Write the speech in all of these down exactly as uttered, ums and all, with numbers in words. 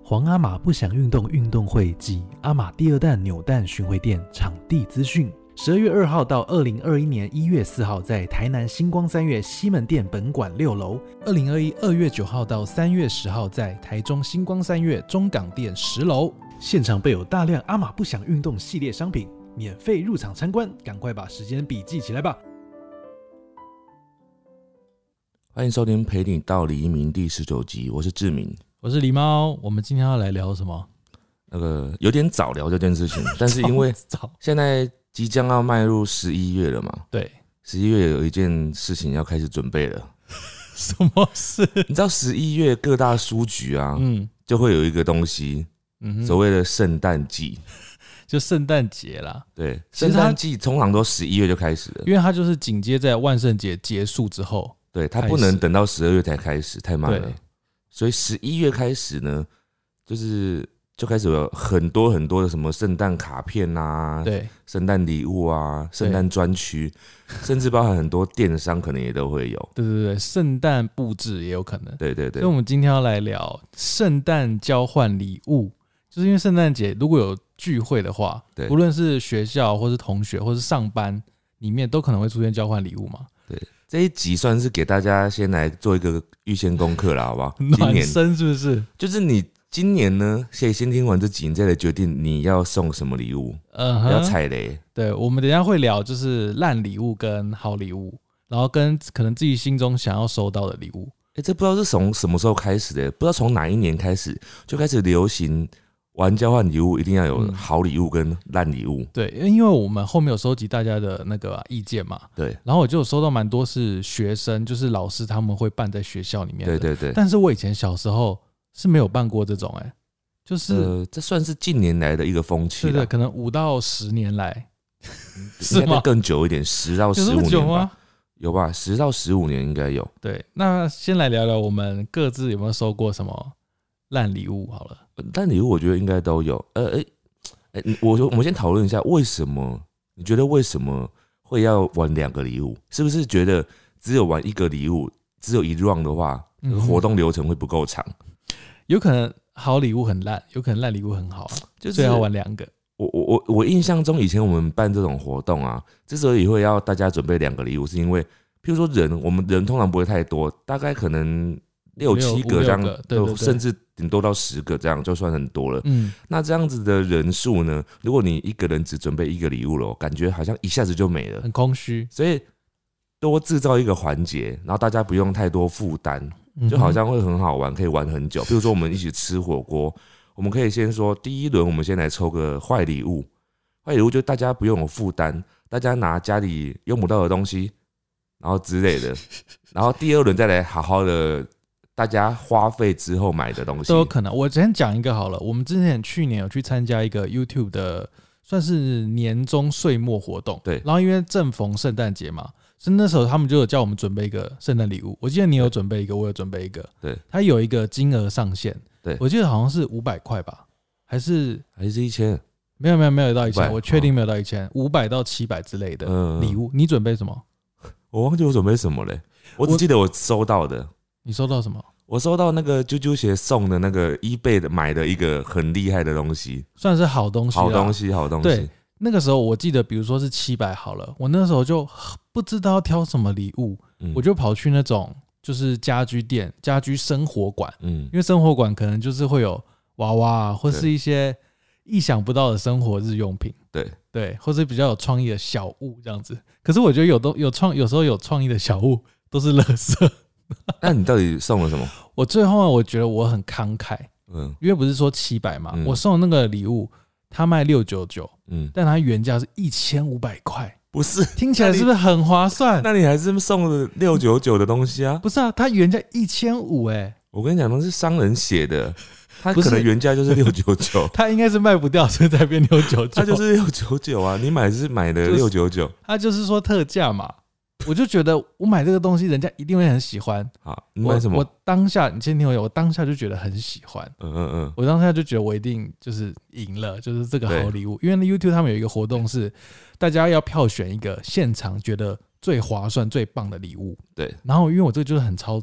皇阿玛不想运动运动会及阿玛第二弹扭蛋巡回店场地资讯。十二月二号到二零二一年一月四号在台南星光三月西门店本馆六楼，二零二一二月九号到三月十号在台中星光三月中港店十楼。现场备有大量阿玛不想运动系列商品，免费入场参观，赶快把时间笔记起来吧。 欢迎收听陪你到黎明第十九集，我是志明， 我是狸猫。我们今天要来聊什么？ 那个有点早聊这件事情，但是因为现在即将要迈入十一月了嘛， 对， 十一月有一件事情要开始准备了。 什么事？ 你知道十一月各大书局啊，嗯，就会有一个东西，嗯，所谓的圣诞季， 就圣诞节啦。 对，圣诞季通常都十一月就开始了， 因为它就是紧接在万圣节结束之后。 对，它不能等到十二月才开始，太慢了。所以十一月开始呢，就是就开始有很多很多的什么圣诞卡片啊，对，圣诞礼物啊，圣诞专区，甚至包含很多电商可能也都会有。对对对，圣诞布置也有可能。 对对对。 所以我们今天要来聊圣诞交换礼物，就是因为圣诞节如果有聚会的话，无论是学校或是同学或是上班里面，都可能会出现交换礼物嘛。 对。这一集算是给大家先来做一个预先功课啦，好不好？ 暖身是不是？ 就是你今年呢，可以先听完这集，你再来决定你要送什么礼物，嗯，不要踩雷。 对，我们等一下会聊就是烂礼物跟好礼物，然后跟可能自己心中想要收到的礼物。 哎、欸，这不知道是从什么时候开始的，不知道从哪一年开始就开始流行。玩交换礼物一定要有好礼物跟烂礼物、嗯， 对，因为我们后面有收集大家的那个意见嘛， 对， 然后我就有收到蛮多是学生，就是老师他们会办在学校里面的， 对对对。但是我以前小时候是没有办过这种、欸，哎，就是、 呃，这算是近年来的一个风气， 对对，可能五到十年来，是吗？ 更久一点，十到十五年吧，有吧？十到十五年应该有。 对，那先来聊聊我们各自有没有收过什么烂礼物好了。 烂礼物我觉得应该都有。呃，哎、欸欸，我我们先讨论一下，为什么你觉得为什么会要玩两个礼物？是不是觉得只有玩一个礼物，只有一 round 的话，嗯、活动流程会不够长？ 有可能好礼物很烂，有可能烂礼物很好，就是最好玩两个。 我我我我印象中，以前我们办这种活动啊，之所以会要大家准备两个礼物，是因为譬如说人，我们人通常不会太多，大概可能六七个这样，对对对，甚至顶多到十个这样就算很多了。嗯，那这样子的人数呢，如果你一个人只准备一个礼物了，感觉好像一下子就没了， 很空虚。 所以多制造一个环节，然后大家不用太多负担，就好像会很好玩，可以玩很久。比如说我们一起吃火锅，我们可以先说第一轮，我们先来抽个坏礼物。坏礼物就大家不用有负担，大家拿家里用不到的东西，然后之类的。然后第二轮再来好好的。大家花费之后买的东西都有可能。我先讲一个好了，我们之前去年有去参加一个 YouTube 的，算是年终岁末活动。对，然后因为正逢圣诞节嘛，所以那时候他们就有叫我们准备一个圣诞礼物。我记得你有准备一个，我有准备一个。对，它有一个金额上限。对，我记得好像是五百块吧，还是还是一千？ 没有没有没有到一千，我确定没有到一千，五百到七百之类的礼物。你准备什么？ 我忘记我准备什么嘞，我只记得我收到的。 你收到什么？ 我收到那个啾啾鞋送的那个 eBay 的买的一个很厉害的东西， 算是好东西， 好东西，好东西。 对，那个时候我记得，比如说是七百好了，我那时候就不知道挑什么礼物，嗯、我就跑去那种就是家居店、家居生活馆，嗯，因为生活馆可能就是会有娃娃啊，或是一些意想不到的生活日用品，对对，或是比较有创意的小物这样子。可是我觉得有都有创，有时候有创意的小物都是垃圾。 那你到底送了什么？ 我最后我觉得我很慷慨，嗯，因为不是说七百嘛、嗯，我送的那个礼物，他卖六九九，嗯，但他原价是一千五百块， 不是？ 听起来是不是很划算？ 那你还是送了六九九的东西啊？ 不是啊，他原价一千五，哎， 我跟你讲，那是商人写的，他可能原价就是六九九， 他应该是卖不掉，所以才变六九九， 他就是六九九啊，你买是买的六九九， 他就是说特价嘛。我就觉得我买这个东西，人家一定会很喜欢。 好，你买什么？ 我, 我当下，你先听我讲，我当下就觉得很喜欢。嗯嗯嗯，我当下就觉得我一定就是赢了，就是这个好礼物。因为 YouTube 他们有一个活动是，大家要票选一个现场觉得最划算、最棒的礼物。对。然后因为我这个就是很超值啊，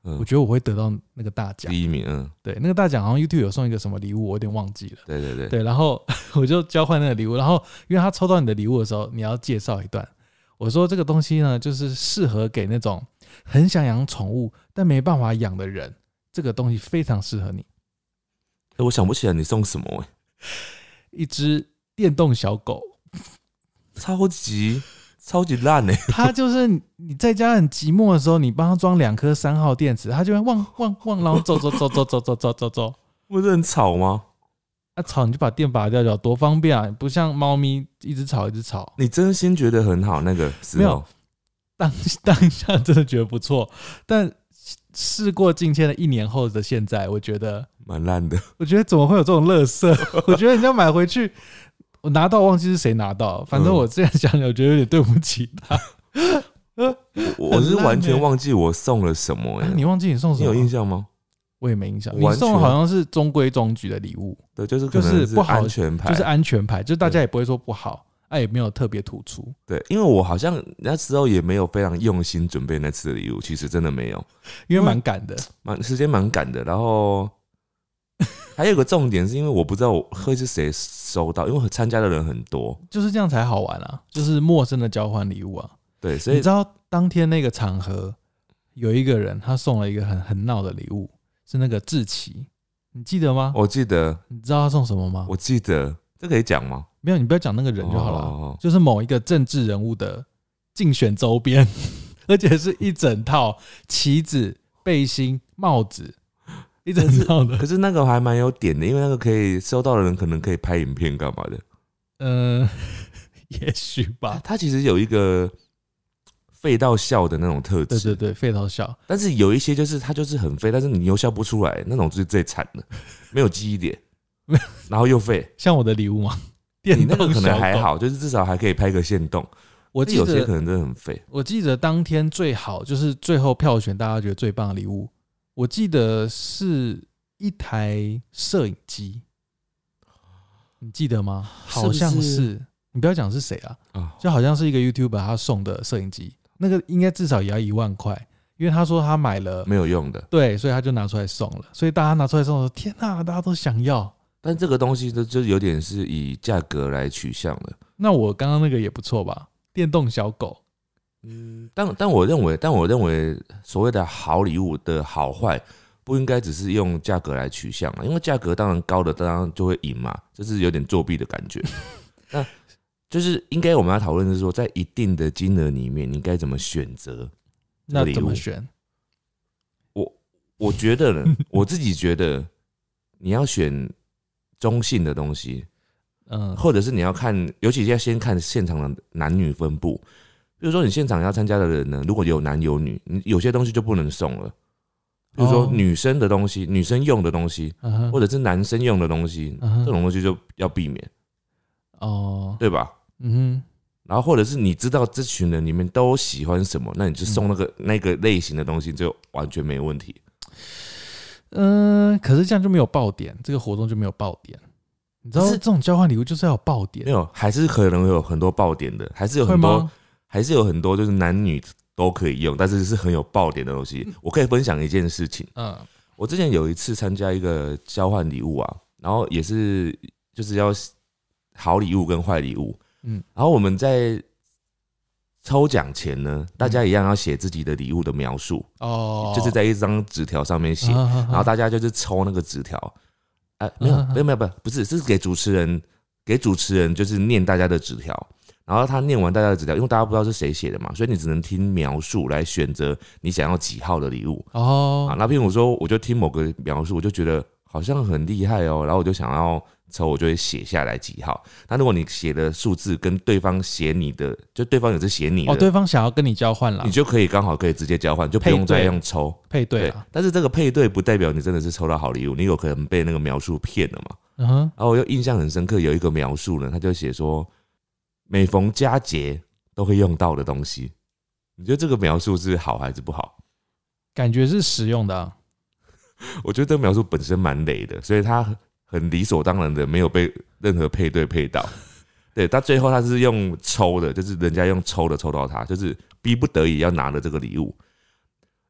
嗯、我觉得我会得到那个大奖， 第一名。嗯， 对，那个大奖好像 YouTube 有送一个什么礼物，我有点忘记了。 对对对， 对，然后我就交换那个礼物，然后因为他抽到你的礼物的时候，你要介绍一段。我说这个东西呢，就是适合给那种很想养宠物但没办法养的人，这个东西非常适合你。 欸、我想不起来你送什么、欸、 一只电动小狗， 超级超级烂哎、欸！ 它就是你在家很寂寞的时候，你帮它装两颗三号电池，它就会汪汪汪，然后走走走走走走走走走， 不是很吵吗？ 啊，吵你就把电拔掉掉，多方便啊！不像猫咪一直吵一直吵。 你真心觉得很好那个时候？ 没有，当当下真的觉得不错，但事过境迁的一年后的现在，我觉得蛮烂的。 我觉得怎么会有这种垃圾？我觉得人家买回去。我拿到忘记是谁拿到，反正我这样想，我觉得有点对不起他。 我, 我是完全忘记我送了什么、欸啊、 你忘记你送什么？ 你有印象吗？ 我也没印象。你送的好像是中规中矩的礼物， 对，就是可能是安全牌， 就是安全牌，就是大家也不会说不好，啊也没有特别突出。 对，因为我好像那时候也没有非常用心准备那次的礼物，其实真的没有， 因为蛮赶的， 蛮时间蛮赶的，然后。还有个重点是因为我不知道会是谁收到，因为参加的人很多， 就是这样才好玩啊！就是陌生的交换礼物啊。 对，所以你知道当天那个场合有一个人他送了一个很很闹的礼物，是那个志奇，你记得吗？ 我记得。 你知道他送什么吗？ 我记得，这可以讲吗？ 没有，你不要讲那个人就好了。 哦、 就是某一个政治人物的竞选周边，而且是一整套旗子、背心、帽子。一整套的， 可是那个还蛮有点的，因为那个可以收到的人可能可以拍影片干嘛的？ 嗯、呃，也许吧。 它其实有一个废到笑的那种特质， 对对对，废到笑。 但是有一些就是它就是很废，但是你又笑不出来，那种就是最惨的，没有记忆点，然后又废。 像我的礼物吗？ 你那个可能还好，就是至少还可以拍个限动。 我记得有些可能真的很废。 我记得当天最好就是最后票选大家觉得最棒的礼物。我记得是一台摄影机，你记得吗？好像是，是不是你不要讲是谁啊，哦、就好像是一个 YouTuber 他送的摄影机，那个应该至少也要一万块，因为他说他买了没有用的， 对，所以他就拿出来送了，所以大家拿出来送的时候，天哪，大家都想要。 但这个东西就就有点是以价格来取向的。 那我刚刚那个也不错吧？电动小狗。 嗯，但但我认为，但我认为所谓的好礼物的好坏，不应该只是用价格来取向啊，因为价格当然高的当然就会赢嘛，这是有点作弊的感觉。那就是应该我们要讨论的是说，在一定的金额里面，你该怎么选择？ 那怎么选？ 我我觉得呢，我自己觉得你要选中性的东西，嗯，或者是你要看，尤其要先看现场的男女分布。比如说，你现场要参加的人呢，如果有男有女，你有些东西就不能送了。比如说女生的东西、女生用的东西，或者是男生用的东西，这种东西就要避免。哦，对吧？嗯哼。然后或者是你知道这群人里面都喜欢什么，那你就送那个那个类型的东西，就完全没问题。 嗯，可是这样就没有爆点，这个活动就没有爆点。你知道这种交换礼物就是要有爆点， 没有，还是可能会有很多爆点的，还是有很多。还是有很多就是男女都可以用，但是是很有爆点的东西。我可以分享一件事情，嗯，我之前有一次参加一个交换礼物啊，然后也是就是要好礼物跟坏礼物，嗯，然后我们在抽奖前呢，大家一样要写自己的礼物的描述，哦，就是在一张纸条上面写，然后大家就是抽那个纸条，啊，没有没有没有不不是是给主持人给主持人就是念大家的纸条。然后他念完大家的纸条，因为大家不知道是谁写的嘛，所以你只能听描述来选择你想要几号的礼物。哦，啊，那譬如说，我就听某个描述，我就觉得好像很厉害哦，然后我就想要抽，我就会写下来几号。那如果你写的数字跟对方写你的，就对方也是写你的， 哦，对方想要跟你交换了， 你就可以刚好可以直接交换，就不用再用抽配对了。 但是这个配对不代表你真的是抽到好礼物，你有可能被那个描述骗了嘛。嗯哼，然后我又印象很深刻，有一个描述呢，他就写说。每逢佳节都会用到的东西，你觉得这个描述是好还是不好？ 感觉是实用的、啊。 我觉得这个描述本身蛮雷的，所以他很理所当然的没有被任何配对配到。对，他最后他是用抽的，就是人家用抽的抽到他，就是逼不得已要拿的这个礼物。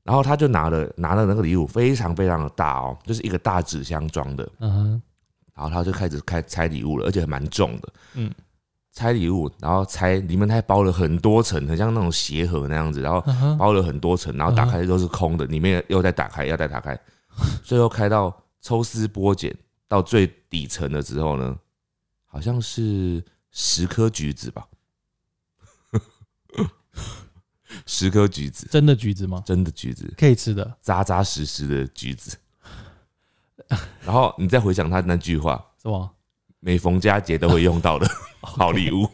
然后他就拿了拿了那个礼物，非常非常的大哦，就是一个大纸箱装的。嗯哼，然后他就开始开拆礼物了，而且蛮重的。嗯，拆礼物，然后拆里面他还包了很多层，很像那种鞋盒那样子，然后包了很多层，然后打开都是空的，里面又再打开，又再打开，最后开到抽丝剥茧到最底层的时候呢，好像是十颗橘子吧。十颗橘子， 真的橘子吗？ 真的橘子， 可以吃的， 扎扎实实的橘子。然后你再回想他那句话， 什么？ 每逢佳节都会用到的好礼物。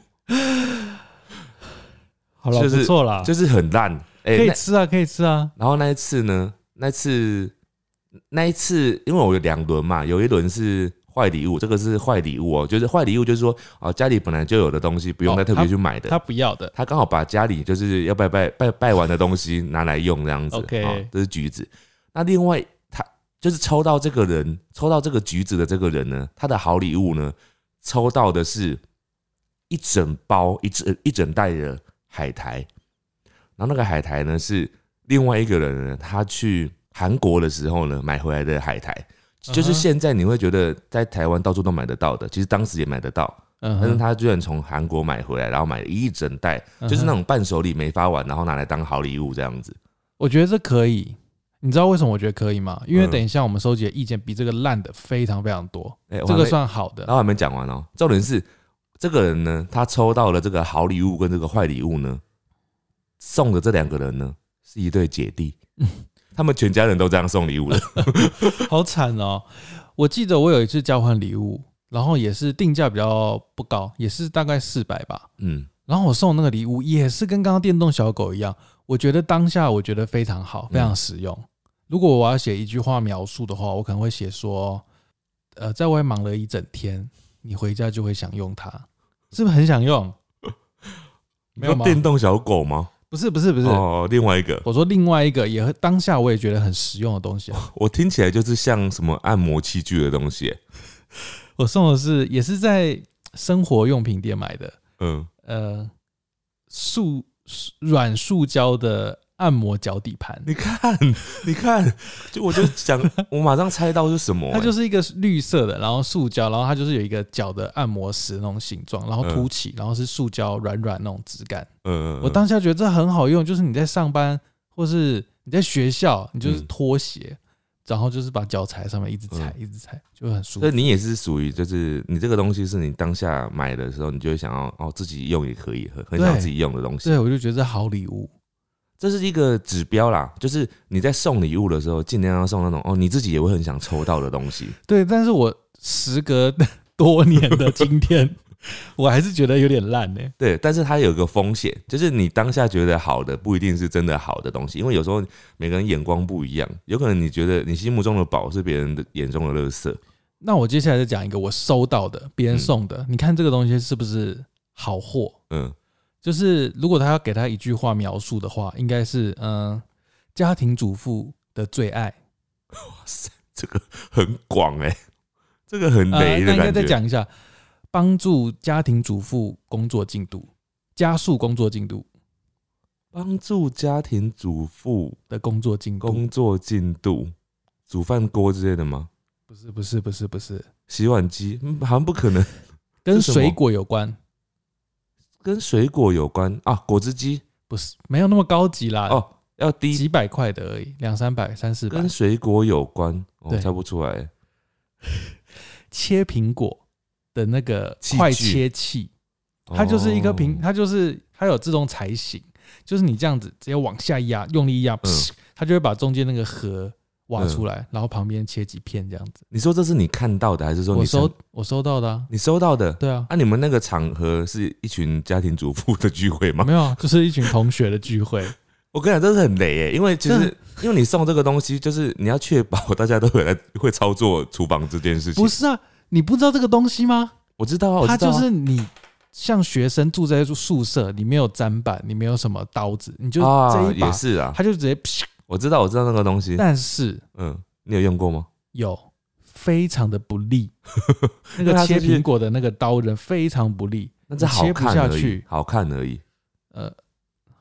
好了，不错啦， 就是很烂， 欸，可以吃啊，可以吃啊。 然后那一次呢，那一次那一次，因为我有两轮嘛，有一轮是坏礼物，这个是坏礼物哦，就是坏礼物，就是说哦，家里本来就有的东西，不用再特别去买的， 哦他，他不要的， 他刚好把家里就是要拜拜拜拜完的东西拿来用这样子。OK，哦，这是橘子。那另外他就是抽到这个人，抽到这个橘子的这个人呢，他的好礼物呢，抽到的是一整包一整一整袋的海苔，然后那个海苔呢是另外一个人呢，他去韩国的时候呢买回来的海苔。就是现在你会觉得在台湾到处都买得到的，其实当时也买得到，嗯，但是他居然从韩国买回来，然后买了一整袋，嗯，就是那种伴手礼没发完，然后拿来当好礼物这样子。 我觉得这可以，你知道为什么我觉得可以吗？因为等一下我们收集的意见比这个烂的非常非常多，欸，这个算好的。 然后还没讲完哦，重点是这个人呢，他抽到了这个好礼物跟这个坏礼物呢，送的这两个人呢是一对姐弟。他们全家人都这样送礼物的。 好惨哦！我记得我有一次交换礼物，然后也是定价比较不高，也是大概四百吧。嗯，然后我送那个礼物也是跟刚刚电动小狗一样，我觉得当下我觉得非常好，非常实用。嗯，如果我要写一句话描述的话，我可能会写说，呃，在外忙了一整天，你回家就会想用它，是不是很想用？ 没有吗？电动小狗吗？ 不是不是不是哦，另外一个， 我说另外一个也当下我也觉得很实用的东西，啊， 我听起来就是像什么按摩器具的东西。 我送的是也是在生活用品店买的，嗯呃，塑软塑胶的按摩脚底盘。 你看你看，就我就想我马上猜到是什么，欸， 它就是一个绿色的，然后塑胶，然后它就是有一个脚的按摩石那种形状，然后凸起，嗯，然后是塑胶软软那种质感。嗯，我当下觉得这很好用，就是你在上班或是你在学校，你就是拖鞋，嗯，然后就是把脚踩在上面一直踩，嗯，一直踩，就很舒服。 所以你也是属于就是你这个东西是你当下买的时候，你就会想要哦自己用也可以，很想自己用的东西。 对，我就觉得这好礼物。 这是一个指标啦，就是你在送礼物的时候，尽量要送那种哦你自己也会很想抽到的东西。 对，但是我时隔多年的今天，我还是觉得有点烂呢，欸。 对，但是它有个风险，就是你当下觉得好的，不一定是真的好的东西，因为有时候每个人眼光不一样，有可能你觉得你心目中的宝是别人的眼中的垃圾。 那我接下来再讲一个我收到的，别人送的，嗯，你看这个东西是不是好货？嗯。就是如果他要给他一句话描述的话，应该是嗯、呃，家庭主妇的最爱。 哇塞，这个很广哎，欸，这个很雷的感觉。呃、那应该再讲一下，帮助家庭主妇工作进度，加速工作进度， 帮助家庭主妇的工作进度， 工作进度，煮饭锅之类的吗？ 不是不是不是不是， 洗碗机，嗯，好像不可能， 跟水果有关。 跟水果有关啊，果汁机不是，没有那么高级啦。 哦，要低几百块的而已，两三百、三四百。 跟水果有关，我，哦，猜不出来。 切苹果的那个快切器，它就是一个苹，它就是它有自动裁型，就是你这样子直接往下压，用力压，嗯，它就会把中间那个核挖出来，嗯，然后旁边切几片这样子。 你说这是你看到的，还是说你我收我收到的，啊？ 你收到的？ 对啊。 啊，你们那个场合是一群家庭主妇的聚会吗？ 没有，就是一群同学的聚会。 我跟你讲，这是很雷耶，因为其实因为你送这个东西，就是你要确保大家都会来会操作厨房这件事情。 不是啊，你不知道这个东西吗？ 我知道啊，我知道啊。 它就是你像学生住在宿舍，你没有砧板，你没有什么刀子，你就这一把， 啊，也是啊， 它就直接。 我知道，我知道那个东西， 但是嗯。你有用过吗？ 有，非常的不利。那个切苹果的那个刀刃非常不利， 那这好看而已，好看而已。呃，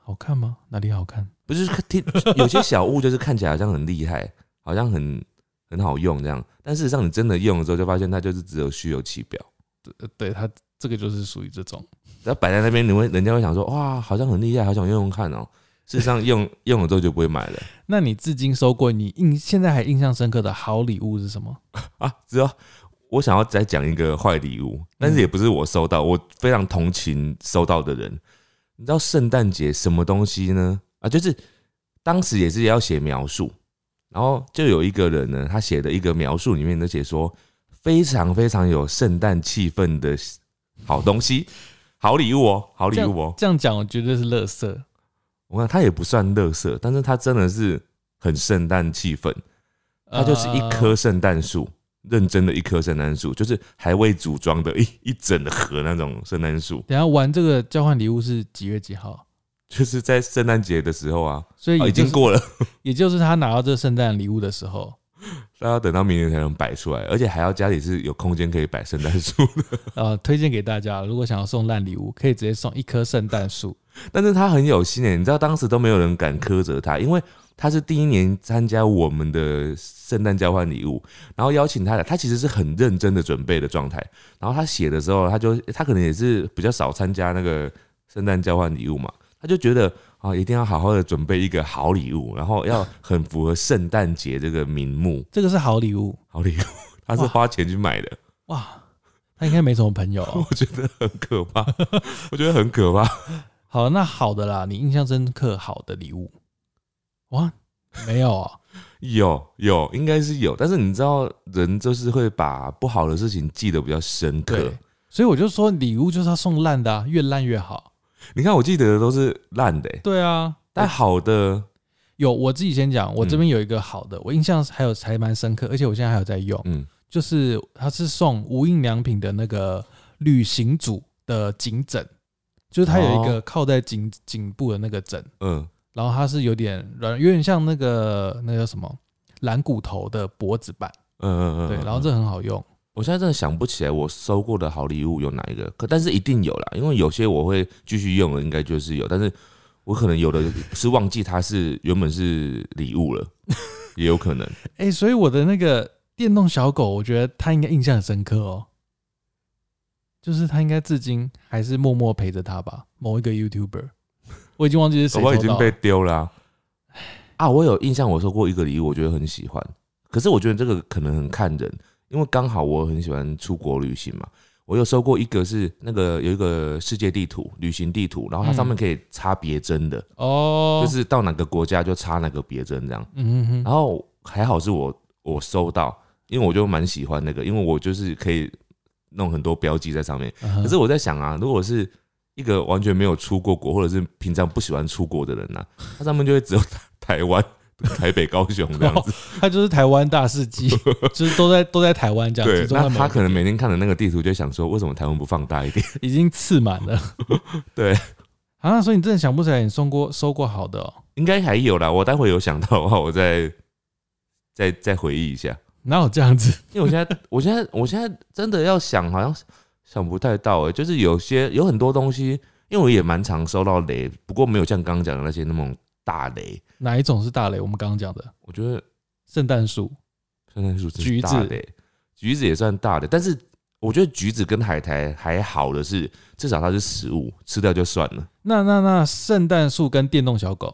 好看吗？哪里好看？ 不是听有些小物就是看起来好像很厉害，好像很很好用这样，但事实上你真的用了之后，就发现它就是只有虚有其表。 对，对，它这个就是属于这种， 然后摆在那边，你会人家会想说，哇，好像很厉害，好想用用看哦。事实上用用了之后就不会买了。 那你至今收过你印现在还印象深刻的好礼物是什么啊？只要我想要再讲一个坏礼物，但是也不是我收到，我非常同情收到的人。你知道圣诞节什么东西呢？啊，就是当时也是要写描述，然后就有一个人呢，他写的一个描述里面都写说非常非常有圣诞气氛的好东西，好礼物哦，好礼物哦。 这样讲，我觉得是垃圾。 我看它也不算垃圾，但是它真的是很圣诞气氛。它就是一棵圣诞树，认真的一棵圣诞树，就是还未组装的一一整盒那种圣诞树。 等一下玩这个交换礼物是几月几号？ 就是在圣诞节的时候啊， 所以、就是哦、 已经过了， 也就是他拿到这圣诞礼物的时候。 他要等到明年才能摆出来，而且还要家里是有空间可以摆圣诞树的。 呃，推荐给大家，如果想要送烂礼物，可以直接送一棵圣诞树。 但是他很有心诶，你知道当时都没有人敢苛责他，因为他是第一年参加我们的圣诞交换礼物，然后邀请他来，他其实是很认真的准备的状态。然后他写的时候，他就他可能也是比较少参加那个圣诞交换礼物嘛，他就觉得啊，一定要好好的准备一个好礼物，然后要很符合圣诞节这个名目。 这个是好礼物， 好礼物，他是花钱去买的。 哇，他应该没什么朋友、哦， 我觉得很可怕，我觉得很可怕。 好，那好的啦，你印象深刻好的礼物，哇，没有啊？ 有有，应该是有，但是你知道，人就是会把不好的事情记得比较深刻， 所以我就说礼物就是要送烂的、啊，越烂越好。 你看，我记得的都是烂的、欸， 对啊， 但好的有，我自己先讲，我这边有一个好的，嗯、我印象还有还蛮深刻，而且我现在还有在用，嗯，就是它是送无印良品的那个旅行组的颈枕。就是它有一个靠在颈颈部的那个枕，嗯，然后它是有点软，有点像那个那个什么蓝骨头的脖子板，嗯嗯嗯，对，然后这很好用。 我现在真的想不起来我收过的好礼物有哪一个，可但是一定有啦，因为有些我会继续用的，应该就是有，但是我可能有的是忘记它是原本是礼物了，也有可能。 哎、欸，所以我的那个电动小狗，我觉得他应该印象很深刻哦。就是他应该至今还是默默陪着他吧，某一个 YouTuber， 我已经忘记是谁收到了， 我已经被丢了啊！啊，我有印象，我收过一个礼物，我觉得很喜欢。可是我觉得这个可能很看人，因为刚好我很喜欢出国旅行嘛。我有收过一个是那个有一个世界地图、旅行地图，然后它上面可以插别针的哦，就是到哪个国家就插哪个别针这样。嗯哼，然后还好是我我收到，因为我就蛮喜欢那个，因为我就是可以弄很多标记在上面。可是我在想啊，如果是一个完全没有出过国，或者是平常不喜欢出国的人啊，它上面就会只有台湾、台北、高雄这样子。 他就是台湾大事记，就是都在都在台湾这样子。 对，那他可能每天看的那个地图就想说，为什么台湾不放大一点？ 已经刺满了。 对啊，所以你真的想不起来你送过收过好的哦？ 应该还有啦，我待会有想到的话，我再再再回忆一下。 哪有这样子？ 因为我现在，我现在，我现在真的要想，好像想不太到哎、欸。就是有些有很多东西，因为我也蛮常收到雷，不过没有像刚刚讲的那些那种大雷。 哪一种是大雷？我们刚刚讲的， 我觉得圣诞树、 圣诞树是大雷，橘子也算大的。但是我觉得橘子跟海苔还好的是，至少它是食物，吃掉就算了。 那那那圣诞树跟电动小狗，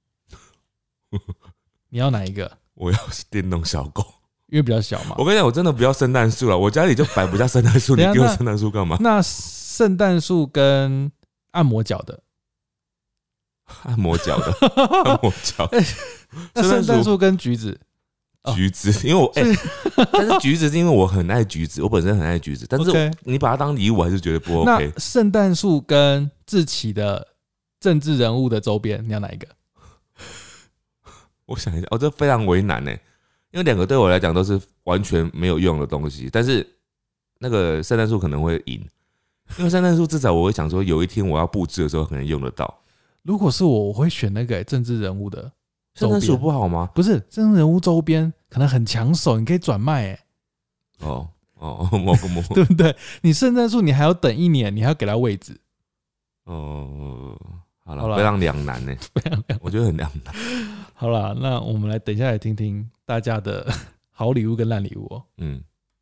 你要哪一个？ 我要电动小狗。 因为比较小嘛。 我跟你讲，我真的不要圣诞树了，我家里就摆不下圣诞树，你给我圣诞树干嘛？ 那圣诞树跟按摩脚的， 按摩脚的，按摩脚。 那圣诞树跟橘子， 橘子，因为我哎、欸，但是橘子是因为我很爱橘子，我本身很爱橘子，但是你把它当礼物，我还是觉得不 OK。 那圣诞树跟志祺的政治人物的周边，你要哪一个？ 我想一下，哦，这非常为难哎。因为两个对我来讲都是完全没有用的东西，但是那个圣诞树可能会赢，因为圣诞树至少我会想说，有一天我要布置的时候可能用得到。 如果是我，我会选那个政治人物的圣诞树不好吗？ 不是，政治人物周边可能很抢手，你可以转卖哎。 哦哦，某个某对不对？你圣诞树你还要等一年，你还要给他位置。 哦，好好了，非常两难呢， 非常两， 我觉得很两难。 好啦，那我们来等一下来听听大家的好礼物跟烂礼物哦。 嗯，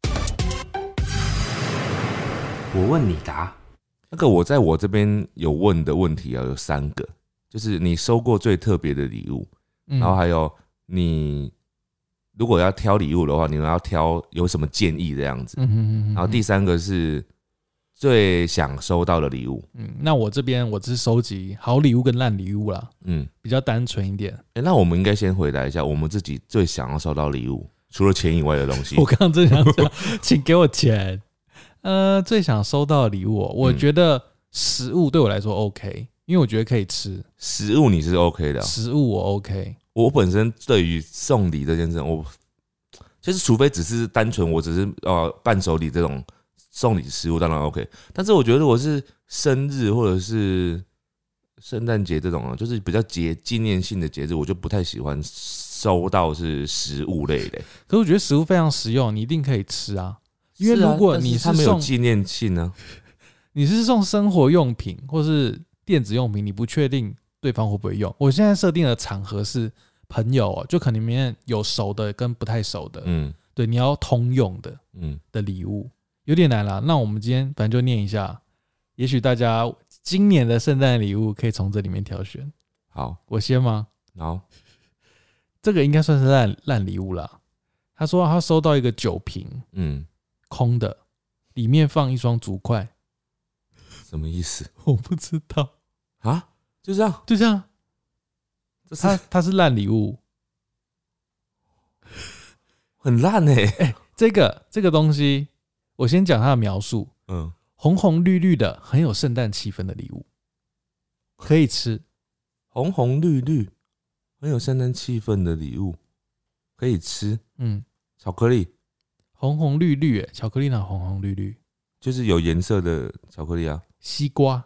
我问你答。 那个我在我这边有问的问题啊，有三个，就是你收过最特别的礼物， 嗯、 然后还有你如果要挑礼物的话，你们要挑有什么建议这样子。 嗯哼哼哼， 然后第三个是最想收到的礼物。 嗯，那我这边我只是收集好礼物跟烂礼物啦， 嗯， 比较单纯一点。 欸，那我们应该先回答一下我们自己最想要收到礼物，除了钱以外的东西。 我刚刚正想讲，请给我钱。呃，最想收到的礼物、哦，我觉得食物对我来说 OK， 因为我觉得可以吃。 食物你是 OK 的、喔？ 食物我 OK。 我本身对于送礼这件事，我就是除非只是单纯我只是呃伴手礼这种送礼食物，当然 OK。但是我觉得我是生日或者是圣诞节这种啊，就是比较节纪念性的节日，我就不太喜欢收到是食物类的。 可是我觉得食物非常实用，你一定可以吃啊。因为如果你是它没有送纪念性呢， 你是送生活用品或是电子用品，你不确定对方会不会用。我现在设定的场合是朋友、喔，就可能里面有熟的跟不太熟的，嗯，对，你要通用的，嗯的礼物有点难啦。那我们今天反正就念一下，也许大家今年的圣诞礼物可以从这里面挑选。 好， 我先吗？ 好， 这个应该算是烂烂礼物啦。他说他收到一个酒瓶，嗯。空的，里面放一双竹筷， 什么意思？ 我不知道啊，就这样， 就这样， 这是它它是烂礼物， 很烂哎、欸欸！这个这个东西，我先讲它的描述，嗯，红红绿绿的，很有圣诞气氛的礼物，可以吃， 红红绿绿，很有圣诞气氛的礼物，可以吃，嗯，巧克力。 红红绿绿，哎，巧克力哪红红绿绿？ 就是有颜色的巧克力啊。 西瓜，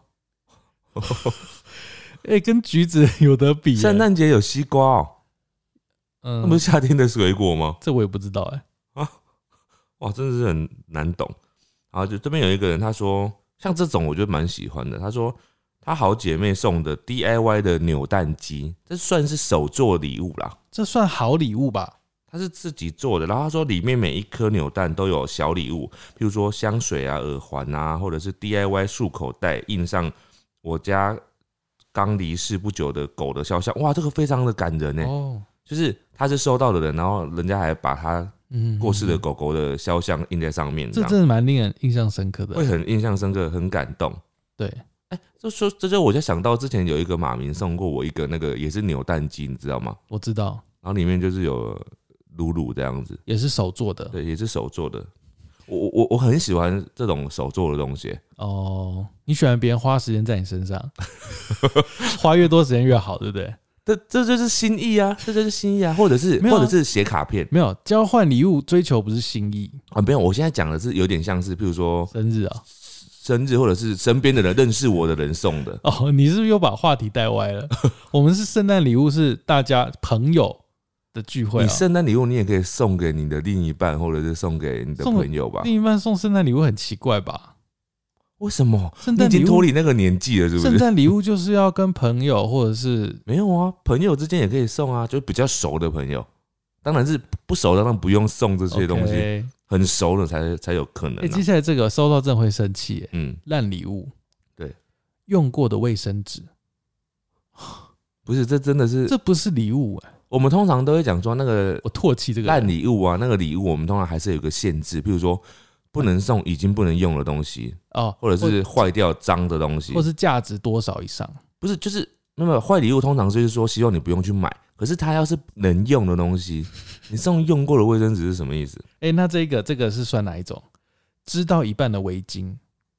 哎、欸，跟橘子有得比。 圣诞节有西瓜哦，嗯，那不是夏天的水果吗？ 这我也不知道哎、欸。啊， 哇，真的是很难懂。然后就这边有一个人，他说像这种我就蛮喜欢的。他说他好姐妹送的 D I Y 的扭蛋机，这算是手作礼物啦。 这算好礼物吧？ 他是自己做的，然后他说里面每一颗扭蛋都有小礼物，譬如说香水啊、耳环啊，或者是 D I Y 束口袋，印上我家刚离世不久的狗的肖像。哇，这个非常的感人呢。哦，就是他是收到的人，然后人家还把他过世的狗狗的肖像印在上面， 这真的蛮令人印象深刻的， 会很印象深刻，很感动。 对， 哎、欸，就说这就我就想到之前有一个马明送过我一个那个也是扭蛋机，你知道吗？ 我知道， 然后里面就是有露露这样子， 也是手做的， 对，也是手做的。我我我很喜欢这种手做的东西。 哦，你喜欢别人花时间在你身上，花越多时间越好，对不对？ 这这就是心意啊，这就是心意啊，或者是、啊、或者是写卡片， 没有交换礼物，追求不是心意啊，没有。我现在讲的是有点像是，譬如说生日啊， 生日或者是身边的人认识我的人送的。 哦，你是不是又把话题带歪了？我们是圣诞礼物，是大家朋友的聚会、啊。 你圣诞礼物你也可以送给你的另一半，或者是送给你的朋友吧。 另一半送圣诞礼物很奇怪吧？ 为什么？ 圣诞你已经脱离那个年纪了，是不是？ 圣诞礼物就是要跟朋友或者是没有啊，朋友之间也可以送啊，就比较熟的朋友。当然是不熟的，当然不用送这些东西。Okay. 很熟了才才有可能、啊。 欸、接下来这个收到真的会生气、欸，嗯，烂礼物， 对， 用过的卫生纸， 不是，这真的是， 这不是礼物哎、欸。 我们通常都会讲说那个我唾弃这个烂礼物啊，那个礼物我们通常还是有个限制，譬如说不能送已经不能用的东西哦，或者是坏掉脏的东西， 或是价值多少以上， 不是，就是那么坏礼物通常就是说希望你不用去买。可是它要是能用的东西，你送用过的卫生纸是什么意思？ 哎、欸，那这个这个是算哪一种？织到一半的围巾，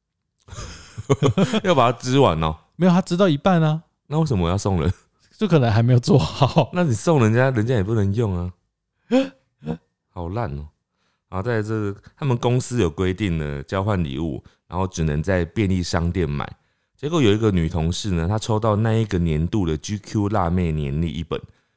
要把它织完哦、喔。 没有，它织到一半啊。 那为什么要送人？ 就可能还没有做好。 那你送人家，人家也不能用啊，好烂哦、喔。然后在这个他们公司有规定呢，交换礼物，然后只能在便利商店买。结果有一个女同事呢，她抽到那一个年度的 G Q 辣妹年历一本。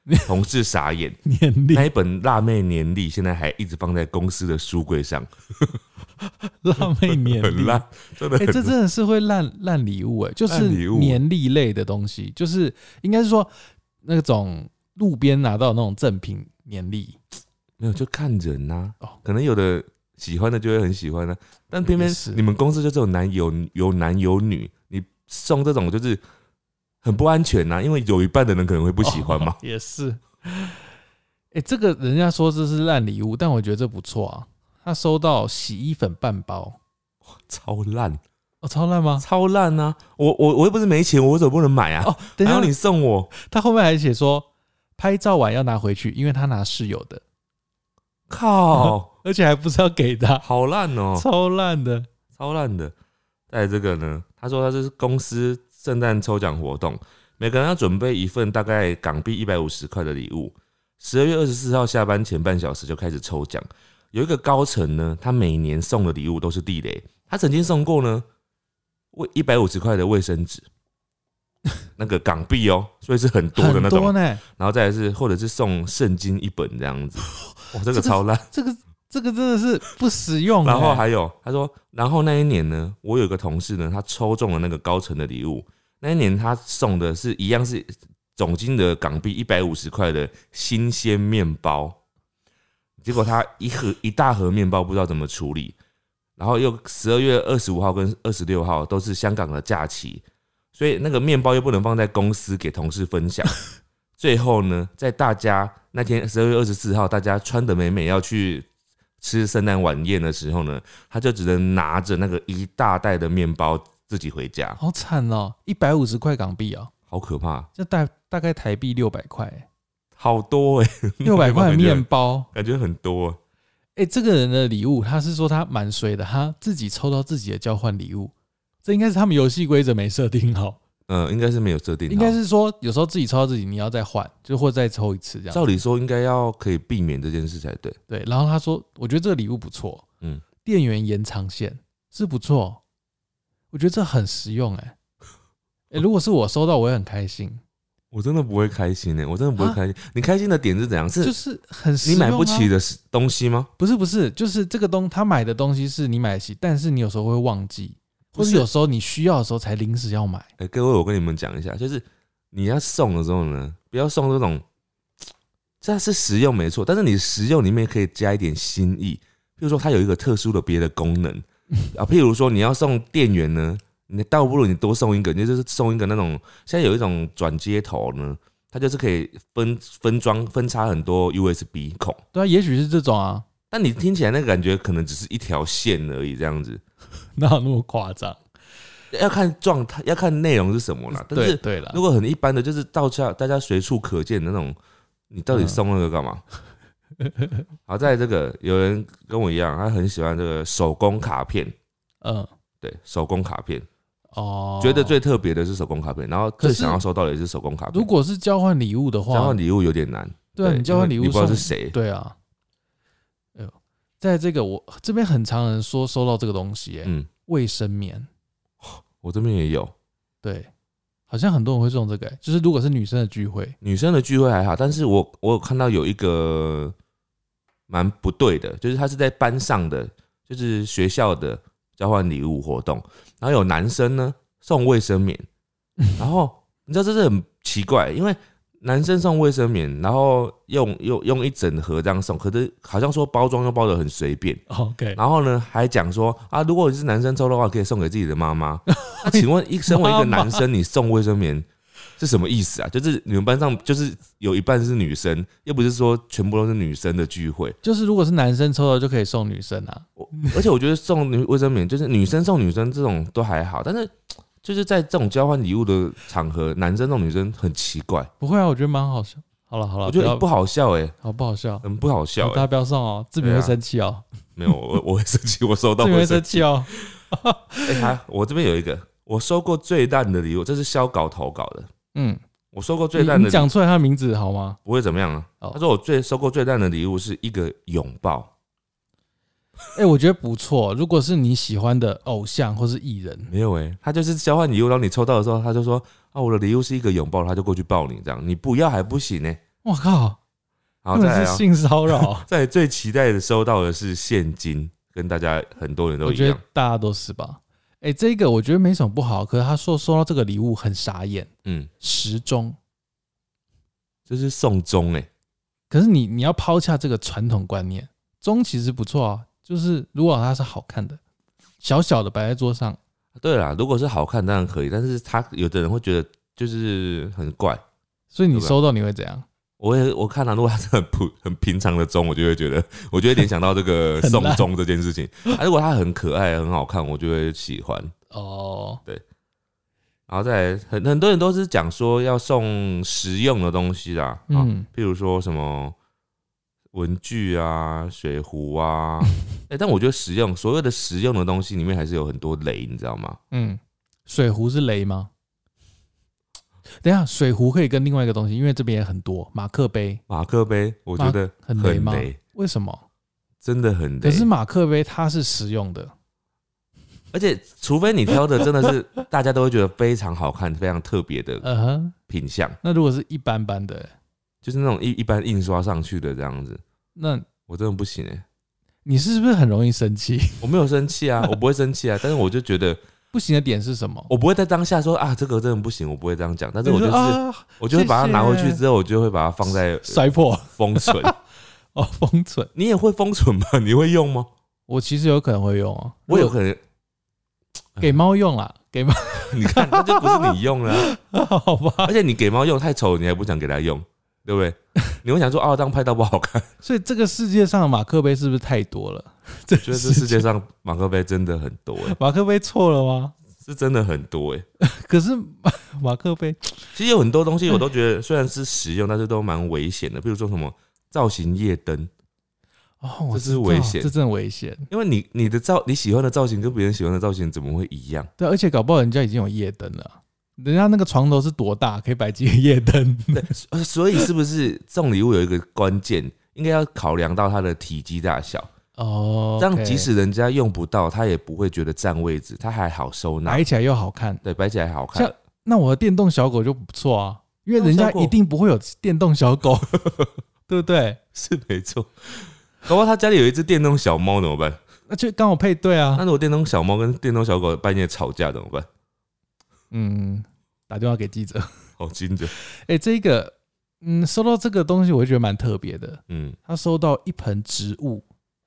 同事傻眼。 年历那一本辣妹年历现在还一直放在公司的书柜上。 辣妹年历很烂，真的很烂。 哎、欸，这真的是会烂烂礼物哎，就是年历类的东西，就是应该是说那种路边拿到的那种赠品年历， 没有就看人呐、啊，可能有的喜欢的就会很喜欢的、啊，但偏偏你们公司就只有男有有男有女，你送这种就是很不安全呐、啊，因为有一半的人可能会不喜欢嘛。 哦、也是，哎、欸，这个人家说这是烂礼物，但我觉得这不错啊。他收到洗衣粉半包， 超烂哦，超烂吗？ 超烂啊！我我我又不是没钱，我为什么不能买啊？ 哦，等一下， 还要你送我？ 他后面还写说拍照完要拿回去，因为他拿室友的。 靠！ 而且还不是要给他， 好烂哦， 超烂的， 超烂的。再来这个呢，他说他是公司圣诞抽奖活动，每个人要准备一份大概港币一百五十块的礼物。十二月二十四号下班前半小时就开始抽奖。有一个高层呢，他每年送的礼物都是地雷。他曾经送过呢，一百五十块的卫生纸，那个港币哦，所以是很多的那种。然后再来是，或者是送圣经一本这样子。哇，这个超烂， 这个这个真的是不实用。 然后还有，他说，然后那一年呢，我有一个同事呢，他抽中了那个高层的礼物。那一年他送的是一样是总金额港币一百五十块的新鲜面包。结果他一盒一大盒面包不知道怎么处理，然后又十二月二十五号跟二十六号都是香港的假期，所以那个面包又不能放在公司给同事分享。最后呢，在大家那天十二月二十四号，大家穿得美美要去吃圣诞晚宴的时候呢，他就只能拿着那个一大袋的面包自己回家。 好惨哦，一百五十块港币哦， 好可怕！ 这大大概台币六百块。 好多哎、欸， 六百块面包， 感觉很多、欸。 哎、欸，这个人的礼物，他是说他蛮衰的，他自己抽到自己的交换礼物，这应该是他们游戏规则没设定好。 嗯，应该是没有设定好。 应该是说有时候自己抽到自己，你要再换，就或者再抽一次这样。 照理说应该要可以避免这件事才对。 对，然后他说，我觉得这个礼物不错，嗯，电源延长线是不错，我觉得这很实用哎、欸。哎、欸，如果是我收到，我会很开心。 我真的不会开心呢、欸，我真的不会开心。啊、你开心的点是怎样？是就是很实用、啊、 你买不起的东西吗？ 不是不是，就是这个东他买的东西是你买得起，但是你有时候会忘记，或是有时候你需要的时候才临时要买。 哎、欸，各位，我跟你们讲一下，就是你要送的时候呢，不要送这种，这是实用没错，但是你实用里面可以加一点心意，譬如说它有一个特殊的别的功能啊，譬如说你要送电源呢。你倒不如你多送一个，你就是送一个那种，现在有一种转接头呢，它就是可以分分装分插很多 U S B 孔。 对啊，也许是这种啊， 但你听起来那个感觉可能只是一条线而已，这样子， 哪有那么夸张？ 要看状态，要看内容是什么啦。但是对了， 如果很一般的，就是到家大家随处可见的那种，你到底送那个干嘛？嗯、好，在这个有人跟我一样，他很喜欢这个手工卡片。嗯，对，手工卡片。哦，觉得最特别的是手工卡片，然后最想要收到的也是手工卡片。 如果是交换礼物的话， 交换礼物有点难。 对，你交换礼物你不知道是谁。 对啊，哎呦，在这个我这边很常人说收到这个东西、欸，嗯，卫生棉， 我这边也有。 对，好像很多人会送这个、欸，就是如果是女生的聚会， 女生的聚会还好，但是我我有看到有一个蛮不对的，就是他是在班上的，就是学校的。交换礼物活动，然后有男生呢送卫生棉，然后你知道这是很奇怪，因为男生送卫生棉，然后用用用一整盒这样送，可是好像说包装又包得很随便 ，OK， 然后呢还讲说啊，如果你是男生抽的话，可以送给自己的妈妈。那请问，一身为一个男生，你送卫生棉是什么意思啊？就是你们班上就是有一半是女生，又不是说全部都是女生的聚会。 就是如果是男生抽到就可以送女生啊。 而且我觉得送卫生棉，就是女生送女生这种都还好，但是就是在这种交换礼物的场合，男生送女生很奇怪。 不会啊，我觉得蛮好笑。好了好了， 我觉得不好笑哎、欸， 好不好笑？ 很不好笑、欸， 大家不要送哦，志明会生气哦、喔。 没有，我我会生气，我收到志明会生气哦。 哎、欸，我这边有一个，我收过最烂的礼物，这是肖稿投稿的。嗯。我收过最烂的礼物， 你讲出来他的名字好吗？ 不会怎么样啊。Oh. 他说我最收过最烂的礼物是一个拥抱。 哎、欸，我觉得不错。如果是你喜欢的偶像或是艺人， 没有哎、欸，他就是交换礼物，然后你抽到的时候，他就说啊，我的礼物是一个拥抱，他就过去抱你，这样你不要还不行呢、欸。 我靠， 然后再来、啊、 是性骚扰。 再来最期待的收到的是现金，跟大家很多人都一样。 我觉得大家都是吧。哎、欸，这个我觉得没什么不好，可是他说收到这个礼物很傻眼。嗯，时钟， 这是送钟哎、欸。 可是你你要抛下这个传统观念，钟其实不错啊，就是如果它是好看的，小小的摆在桌上。 对啦，如果是好看当然可以，但是他有的人会觉得就是很怪。 所以你收到你会怎样？ 我也我看到、啊，如果它是很普很平常的钟，我就会觉得，我就会联想到这个送钟这件事情。啊，如果它很可爱、很好看，我就会喜欢。哦，对。然后再来，很很多人都是讲说要送实用的东西啦，嗯，譬如说什么文具啊、水壶啊，哎、欸，但我觉得实用，所有的实用的东西里面还是有很多雷，你知道吗？ 嗯，水壶是雷吗？等一下，水壶可以跟另外一个东西，因为这边也很多马克杯。 马克杯，我觉得很雷， 很雷吗？为什么？ 真的很雷。 可是马克杯它是实用的， 而且除非你挑的真的是大家都会觉得非常好看、非常特别的品相。Uh-huh. 那如果是一般般的， 就是那种一一般印刷上去的这样子， 那我真的不行哎、欸。 你是不是很容易生气？ 我没有生气啊，我不会生气啊，但是我就觉得。 不行的点是什么？ 我不会在当下说啊，这个真的不行，我不会这样讲。但是我就是，啊、我就会把它拿回去之后，我就会把它放在摔破封存。 哦，封存， 你也会封存吗？你会用吗？ 我其实有可能会用啊， 我有可能给猫用啦，给猫。 你看，那就不是你用了、 啊，好吧？ 而且你给猫用太丑，你还不想给它用，对不对？你会想说啊，这样拍到不好看。 所以这个世界上的马克杯是不是太多了？ 我觉得这世界上马克杯真的很多、欸。 马克杯错了吗？ 是真的很多哎、欸。 可是马克杯其实有很多东西我都觉得虽然是实用，但是都蛮危险的。比如说什么造型夜灯， 哦， 这是危险， 这真的危险。 因为你你的造你喜欢的造型跟别人喜欢的造型怎么会一样？ 对，而且搞不好人家已经有夜灯了。人家那个床头是多大，可以摆几个夜灯？ 对，所以是不是送礼物有一个关键，应该要考量到它的体积大小哦， oh, okay. 这样即使人家用不到，他也不会觉得占位置，他还好收纳， 摆起来又好看。 对，摆起来好看。 像那我的电动小狗就不错啊，因为人家一定不会有电动小狗，对不对？ 是没错。搞不好他家里有一只电动小猫怎么办？ 那就刚好配对啊。 那如果电动小猫跟电动小狗半夜吵架怎么办？ 嗯，打电话给记者。 好精准。 哎、欸，这个，嗯，收到这个东西，我就觉得蛮特别的。 嗯， 他收到一盆植物，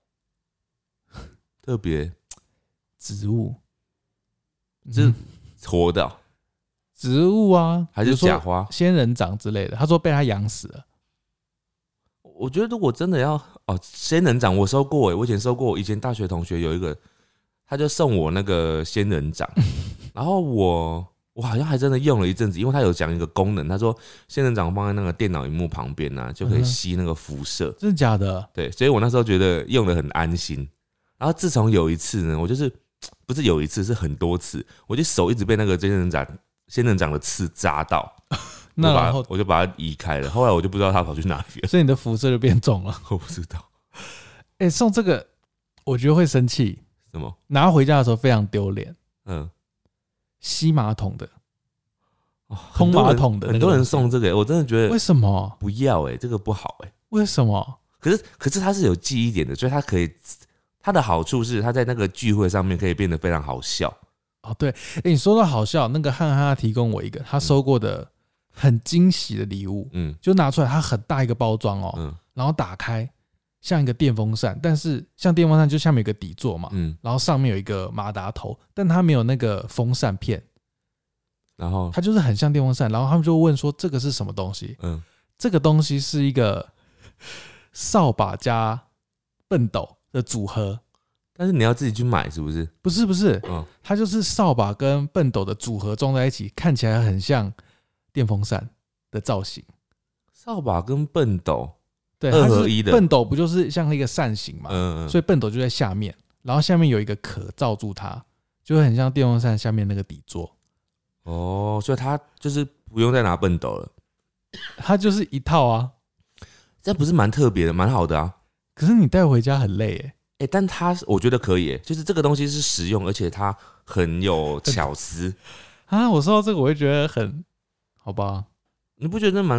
特别植物， 是活的、喔、 植物啊， 还是假花、 仙人掌之类的？他说被他养死了。 我觉得如果真的要哦，仙人掌我收过哎，我以前收过，我以前大学同学有一个，他就送我那个仙人掌，然后我我好像还真的用了一阵子，因为他有讲一个功能，他说仙人掌放在那个电脑萤幕旁边啊，就可以吸那个辐射、嗯。真的假的？ 对，所以我那时候觉得用得很安心。然后自从有一次呢，我就是不是有一次是很多次，我就手一直被那个仙人掌仙人掌的刺扎到。那然后我就把它移开了，后来我就不知道它跑去哪里了， 所以你的辐射就变重了。 我不知道。 哎、欸，送这个我觉得会生气。 什么？ 拿回家的时候非常丢脸。 嗯， 吸马桶的，哦、通马桶的， 很多人送这个、欸，我真的觉得为什么不要、欸？哎，这个不好哎、欸。 为什么？ 可是可是它是有记忆点的，所以它可以，它的好处是它在那个聚会上面可以变得非常好笑。 哦，对，哎、欸，你说到好笑，那个汉汉提供我一个他收过的。很惊喜的礼物，嗯，就拿出来，它很大一个包装哦，嗯，然后打开像一个电风扇，但是像电风扇就下面有个底座嘛，嗯，然后上面有一个马达头，但它没有那个风扇片， 然后它就是很像电风扇，然后他们就问说这个是什么东西？嗯，这个东西是一个扫把加畚斗的组合。 但是你要自己去买是不是？ 不是不是，嗯，它就是扫把跟畚斗的组合装在一起，看起来很像电风扇的造型。 扫把跟畚斗， 对， 二合一的。 畚斗不就是像一个扇形嘛？ 嗯嗯。 所以畚斗就在下面，然后下面有一个壳罩住它，就会很像电风扇下面那个底座。 哦，所以它就是不用再拿畚斗了， 它就是一套啊。 这不是蛮特别的，蛮好的啊。 可是你带回家很累哎。 欸、但它我觉得可以、欸，就是这个东西是实用，而且它很有巧思啊！我收到这个我会觉得很好吧？ 你不觉得蛮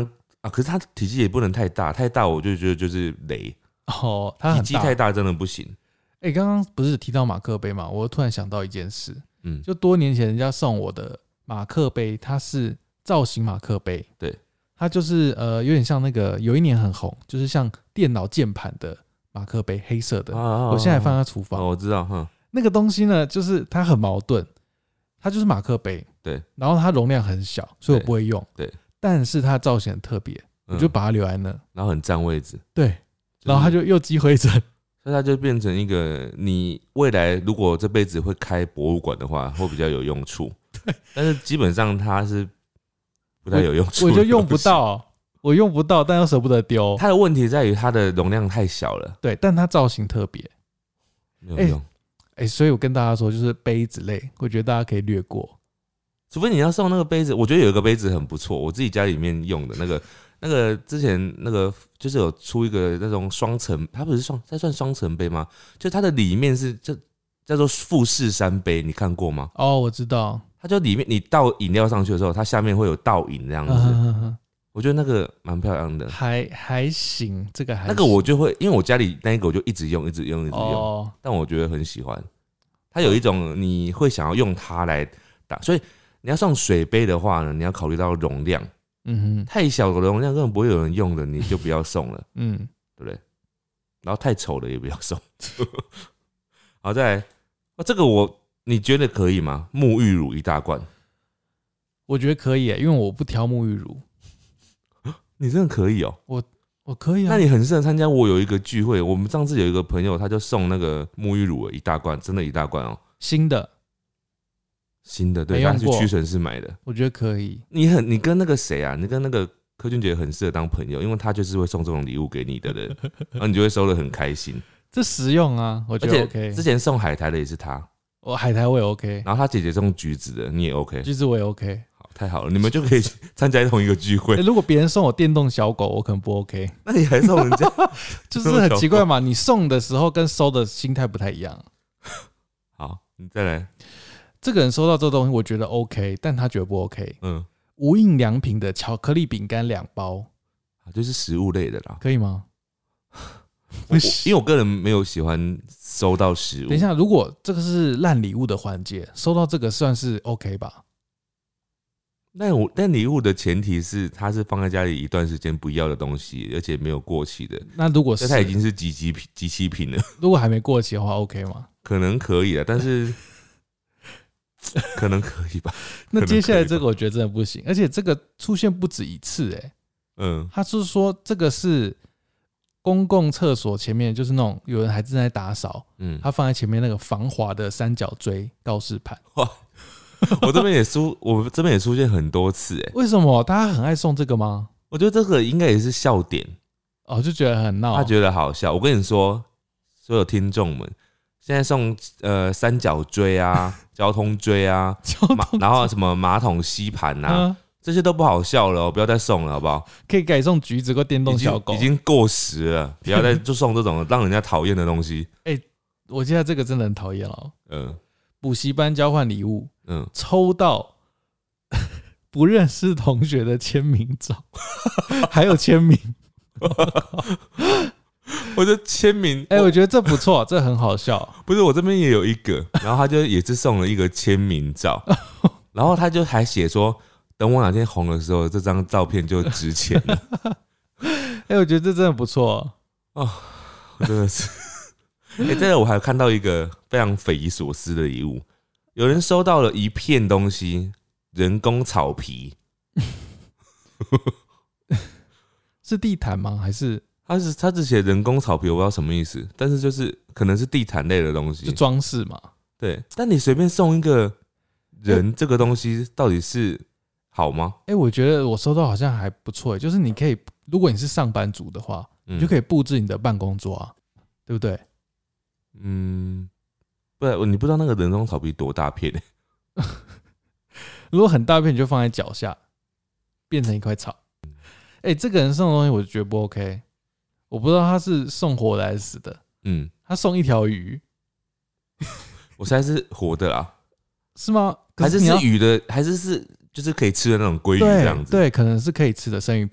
啊，可是它体积也不能太大，太大我就觉得就是雷。 哦，它很大， 体积太大真的不行。 哎、欸，刚刚不是提到马克杯嘛？我突然想到一件事， 嗯， 就多年前人家送我的马克杯，它是造型马克杯， 对， 它就是呃有点像那个有一年很红，就是像电脑键盘的马克杯，黑色的，啊、我现在放在厨房、 哦，我知道，哼， 那个东西呢，就是它很矛盾，它就是马克杯， 对， 然后它容量很小，所以我不会用， 对，对但是它的造型很特别，我就把它留在那， 然后很占位置， 对，就是、然后它就又积灰尘。 所以它就变成一个，你未来如果这辈子会开博物馆的话，会比较有用处。对，但是基本上它是不太有用处我，我就用不到，我用不到，但又舍不得丢。 它的问题在于它的容量太小了。 对，但它造型特别， 没有用。 哎、欸欸，所以我跟大家说，就是杯子类，我觉得大家可以略过， 除非你要送那个杯子。我觉得有一个杯子很不错，我自己家里面用的那个。那个之前那个就是有出一个那种双层，它不是双，它算双层杯吗？就它的里面是就叫做富士山杯，你看过吗？ 哦，我知道。 它就里面你倒饮料上去的时候，它下面会有倒饮这样子。嗯、我觉得那个蛮漂亮的， 还还行，这个还行那个我就会，因为我家里那个我就一直用，一直用，一直用。哦、但我觉得很喜欢，它有一种你会想要用它来打，所以你要送水杯的话呢，你要考虑到容量。嗯哼，太小的容量根本不会有人用的，你就不要送了。嗯，对不对？然后太丑的也不要送。好，再来，哦，这个我你觉得可以吗？沐浴乳一大罐， 我觉得可以耶，因为我不挑沐浴乳。 你真的可以哦？ 我我可以啊。 那你很适合参加我有一个聚会，我们上次有一个朋友，他就送那个沐浴乳一大罐，真的一大罐哦， 新的。 新的，对，他去屈臣氏买的， 我觉得可以。 你很，你跟那个谁啊？你跟那个柯俊杰很适合当朋友，因为他就是会送这种礼物给你的人，然后你就会收得很开心。 这实用啊，我觉得 OK。 之前送海苔的也是他， 我海苔我也 OK。 然后他姐姐送橘子的，你也 OK， 橘子我也 OK。 好，太好了，你们就可以参加同一个聚会。 欸、如果别人送我电动小狗，我可能不 OK。 那你还送人家， 就是很奇怪嘛。你送的时候跟收的心态不太一样。 好，你再来。 这个人收到这个东西，我觉得 OK， 但他觉得不 OK。嗯，无印良品的巧克力饼干两包， 就是食物类的啦， 可以吗？ 我因为我个人没有喜欢收到食物。 等一下，如果这个是烂礼物的环节，收到这个算是 OK 吧？ 那我但礼物的前提是它是放在家里一段时间不要的东西，而且没有过期的。 那如果是它已经是即期即期品了， 如果还没过期的话 ，OK 吗？ 可能可以了，但是。可能可以吧。 那接下来这个我觉得真的不行，而且这个出现不止一次哎、欸。嗯，他是说这个是公共厕所前面，就是那种有人还正在打扫，嗯，他放在前面那个防滑的三角锥告示牌。哇， 我这边也出，我这边也出现很多次哎、欸。 为什么大家很爱送这个吗？ 我觉得这个应该也是笑点哦，就觉得很闹， 他觉得好笑。我跟你说，所有听众们。现在送呃三角锥啊、交通锥啊，然后什么马桶吸盘啊，啊，这些都不好笑了、喔，不要再送了，好不好？ 可以改送橘子或电动小狗， 已经过时了，不要再就送这种让人家讨厌的东西。 哎、欸，我现在这个真的很讨厌哦。嗯，补习班交换礼物，嗯，抽到不认识同学的签名照，还有签名。 我的签名， 哎、欸，我觉得这不错，这很好笑。 不是，我这边也有一个，然后他就也是送了一个签名照，然后他就还写说，等我哪天红的时候，这张照片就值钱了。 哎、欸，我觉得这真的不错哦，真的是。哎、欸，这个我还看到一个非常匪夷所思的礼物，有人收到了一片东西，人工草皮， 是地毯吗？还是？ 他是他只写人工草皮，我不知道什么意思，但是就是可能是地毯类的东西， 就装饰嘛。 对，但你随便送一个人这个东西，到底是好吗？ 哎、欸，我觉得我收到好像还不错，就是你可以，如果你是上班族的话，嗯、你就可以布置你的办公桌啊，对不对？ 嗯，不然你不知道那个人工草皮多大片、欸、 如果很大片，你就放在脚下，变成一块草。哎、欸，这个人送的东西我就觉得不 OK。我不知道他是送活的还是死的。嗯，他送一条鱼， 我猜是活的啦， 是吗？是还是是鱼的？还是是就是可以吃的那种鲑鱼这样子？ 对，对，可能是可以吃的生鱼片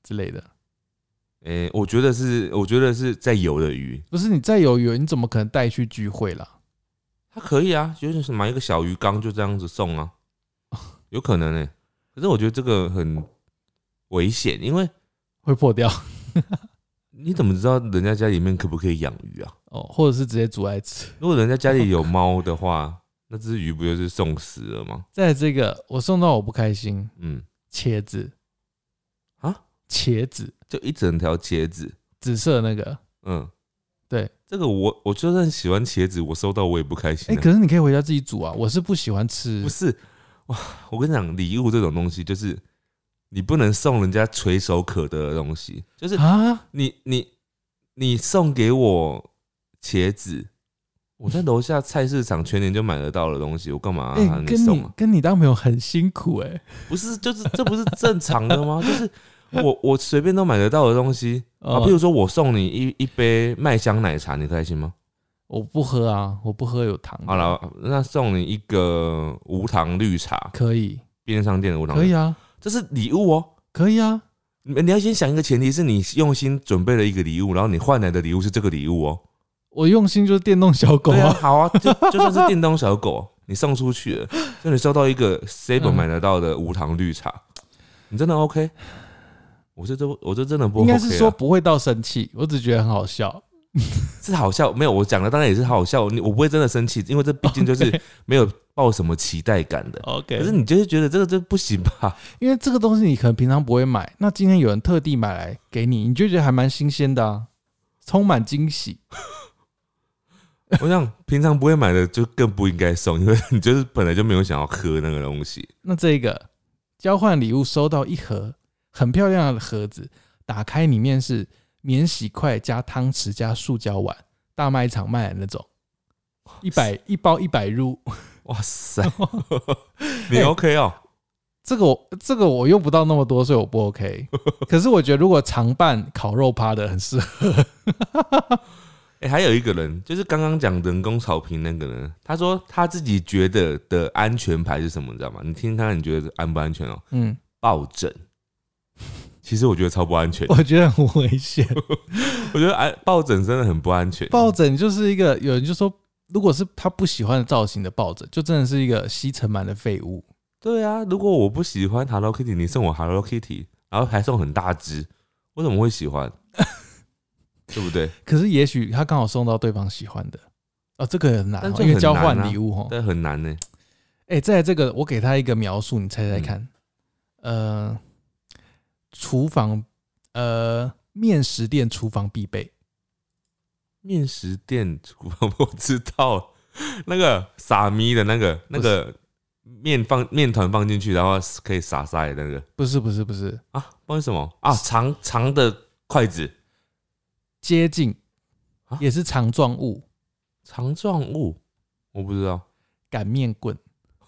之类的。 诶、欸，我觉得是，我觉得是在游的鱼。 不是你在游鱼，你怎么可能带去聚会啦？ 他可以啊，就是买一个小鱼缸就这样子送啊，有可能哎、欸。可是我觉得这个很危险，因为会破掉。 你怎么知道人家家里面可不可以养鱼啊？ 哦，或者是直接煮来吃。 如果人家家里有猫的话，那只鱼不就是送死了吗？ 再来这个，我送到我不开心。 嗯， 茄子啊， 茄子就一整条茄子， 紫色那个。 嗯， 对， 这个我我就算喜欢茄子，我收到我也不开心、啊。 哎、欸，可是你可以回家自己煮啊。我是不喜欢吃。 不是，哇，我跟你讲，礼物这种东西就是你不能送人家垂手可得的东西，就是啊， 你你你送给我茄子，我在楼下菜市场全年就买得到的东西，我干嘛哎、 让欸、跟送啊？ 你跟你当朋友很辛苦哎、欸。 不是，就是这不是正常的吗？就是我我随便都买得到的东西啊，譬如说我送你一一杯麦香奶茶，你开心吗？ 我不喝啊，我不喝有糖的。 好了，那送你一个无糖绿茶， 可以， 便利商店的无糖， 可以啊， 这是礼物哦、喔， 可以啊。 你要先想一个前提是你用心准备了一个礼物，然后你换来的礼物是这个礼物哦、喔。 我用心就是电动小狗 啊, 啊，好啊，就就算是电动小狗，你送出去了，就你收到一个 Seven 买得到的无糖绿茶，嗯、你真的 OK？ 我这这我这真的不 OK、啊、 应该是说不会到生气，我只觉得很好笑。 是好笑，没有我讲的当然也是好笑，我不会真的生气，因为这毕竟就是没有抱什么期待感的。 OK， 可是你就是觉得这个这不行吧？ 因为这个东西你可能平常不会买，那今天有人特地买来给你，你就觉得还蛮新鲜的啊，充满惊喜。 我想平常不会买的就更不应该送，因为你就是本来就没有想要喝那个东西。 那这个交换礼物收到一盒很漂亮的盒子，打开里面是免洗筷加汤匙加塑胶碗，大卖场卖的那种，一百一包一百入。 哇塞，你 OK 哦？欸、 这个我这个我用不到那么多，所以我不 OK。可是我觉得如果常办烤肉趴的很适合。 哎、欸，还有一个人，就是刚刚讲人工草坪那个人，他说他自己觉得的安全牌是什么，你知道吗？你听他，你觉得安不安全哦？嗯，抱枕。其实我觉得超不安全， 我觉得很危险。 我觉得安抱枕真的很不安全。 抱枕就是一个，有人就说，如果是他不喜欢的造型的抱枕，就真的是一个吸尘螨的废物。 对啊，如果我不喜欢 Hello Kitty， 你送我 Hello Kitty， 然后还送很大只，我怎么会喜欢？对不对？ 可是也许他刚好送到对方喜欢的，哦，这个很难， 但很难啊、 因为交换礼物哦， 但很难呢、欸。 哎、欸，再来这个，我给他一个描述，你猜猜看，嗯、呃，厨房，呃，面食店厨房必备。 面食店厨房我知道，那个撒米的那个那个面放面团放进去，然后可以撒沙的那个， 不是不是不是啊，不知道什么啊，长长的筷子。 接近，也是长状物。 长状物，我不知道。 擀面棍，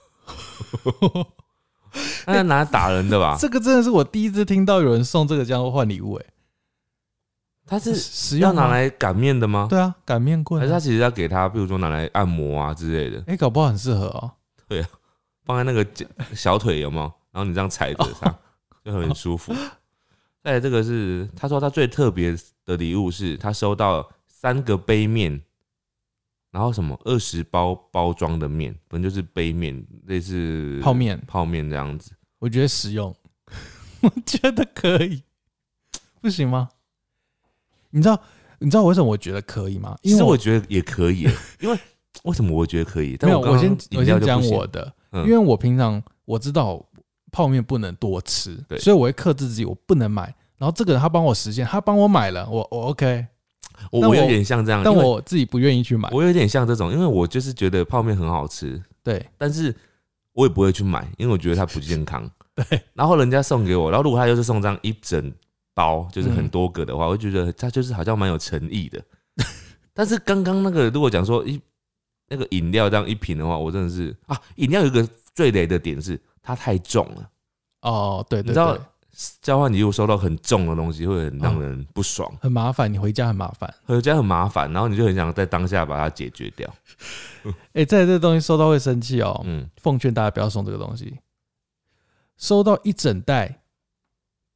那拿来打人的吧？ 这个真的是我第一次听到有人送这个交换礼物，哎， 他是要拿来擀面的吗？ 对啊，擀面棍、啊。 还是他其实要给他，比如说拿来按摩啊之类的？ 哎、欸，搞不好很适合哦。 对啊，放在那个小腿有没有？然后你这样踩着它，就很舒服。再来这个是，他说他最特别的礼物是他收到三个杯面，然后什么二十包包装的面，反正就是杯面，类似泡面泡面这样子。 我觉得实用，我觉得可以，不行吗？你知道你知道为什么我觉得可以吗？因为其实我觉得也可以，因为为什么我觉得可以？但我没有，我先我先讲我的， 嗯、 因为我平常我知道。泡面不能多吃，所以我会克制自己，我不能买。然后这个人他帮我实现，他帮我买了，我我 OK。 我我有点像这样， 但我自己不愿意去买。 我有点像这种，因为我就是觉得泡面很好吃， 对， 但是我也不会去买，因为我觉得它不健康。 对。然后人家送给我，然后如果他又是送这样一整包，就是很多个的话，嗯、我就觉得他就是好像蛮有诚意的。但是刚刚那个如果讲说一那个饮料这样一瓶的话，我真的是啊，饮料有一个最雷的点是。它太重了哦，对对对， 你知道交换礼物收到很重的东西会很让人不爽， 哦、很麻烦，你回家很麻烦， 回家很麻烦，然后你就很想在当下把它解决掉。 哎、欸，在这个东西收到会生气哦，嗯，奉劝大家不要送这个东西。收到一整袋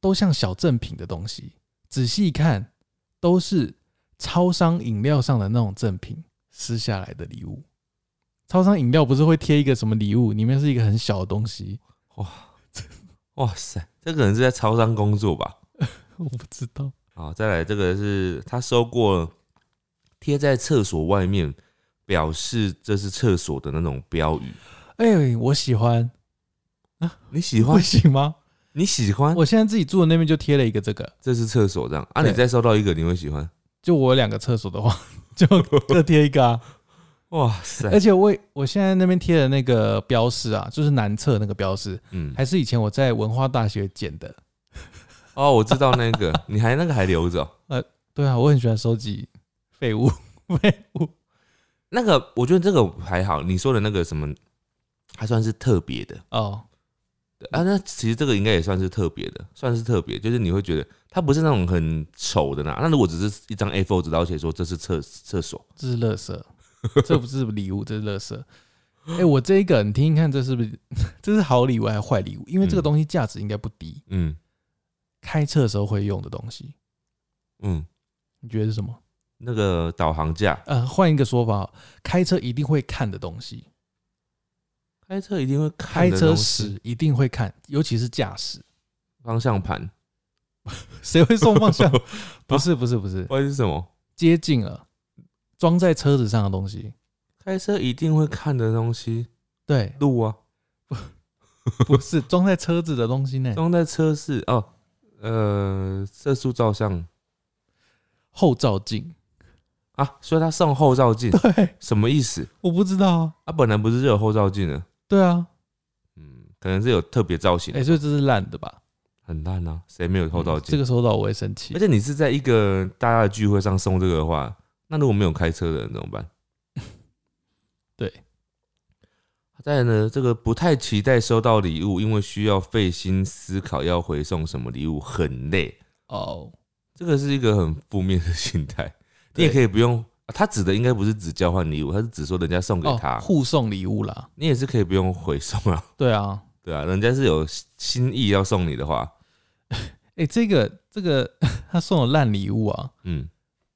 都像小赠品的东西，仔细看都是超商饮料上的那种赠品撕下来的礼物。超商饮料不是会贴一个什么礼物，里面是一个很小的东西。 哇哇塞，这个人是在超商工作吧？ 我不知道。 好，再来这个是他收过贴在厕所外面，表示这是厕所的那种标语。 哎、欸，我喜欢。 啊，你喜欢？ 不行吗？ 你喜欢？ 我现在自己住的那边就贴了一个这个， 这是厕所这样啊？你再收到一个，你会喜欢？ 就我有两个厕所的话，就各贴一个啊。 哇塞！ 而且我我现在那边贴的那个标示啊，就是南侧那个标示，嗯，还是以前我在文化大学捡的。 哦，我知道那个，你还那个还留着、哦？ 呃，对啊，我很喜欢收集废物，废物。 那个我觉得这个还好，你说的那个什么，还算是特别的哦。 对啊，那其实这个应该也算是特别的，算是特别，就是你会觉得它不是那种很丑的那。那如果只是一张 A 四 纸，而且说这是厕厕所， 这是垃圾。这不是礼物，这是垃圾。哎、欸，我这一个你听听看，这是不是这是好礼物还是坏礼物？因为这个东西价值应该不低。嗯，开车的时候会用的东西。嗯，你觉得是什么？ 那个导航架。 呃，换一个说法，开车一定会看的东西。 开车一定会看的东西。 开车时一定会看，尤其是驾驶。 方向盘。 谁会送方向？不是不是不是。 会是什么？ 接近了。装在车子上的东西， 开车一定会看的东西， 对， 路啊， 不是装在车子的东西呢， 装在车室哦，呃，色素照相， 后照镜啊，所以他送后照镜， 对， 什么意思？ 我不知道啊， 啊，本来不是就有后照镜的， 对啊， 嗯，可能是有特别造型， 哎、欸，所以这是烂的吧？ 很烂啊，谁没有后照镜、嗯？ 这个收到我会生气， 而且你是在一个大家的聚会上送这个的话。那如果没有开车的人怎么办？ 对， 再来呢，这个不太期待收到礼物，因为需要费心思考要回送什么礼物，很累哦。这个是一个很负面的心态。你也可以不用，啊、他指的应该不是指交换礼物，他是指说人家送给他、 哦、互送礼物啦。 你也是可以不用回送啊。 对啊， 对啊，人家是有心意要送你的话， 哎、欸，这个这个他送了烂礼物啊，嗯。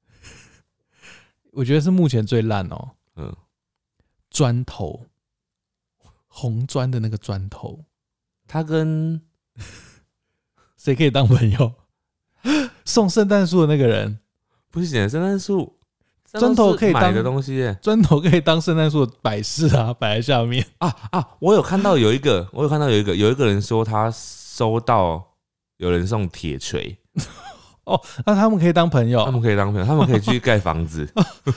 我觉得是目前最烂哦。嗯，砖头，红砖的那个砖头， 他跟谁可以当朋友？送圣诞树的那个人不行，圣诞树砖头可以当买的东西耶， 砖头可以当圣诞树的摆饰啊，摆在下面啊啊！我有看到有一个，我有看到有一个，有一个人说他收到有人送铁锤。 哦，那他们可以当朋友， 他们可以当朋友，他们可以去盖房子。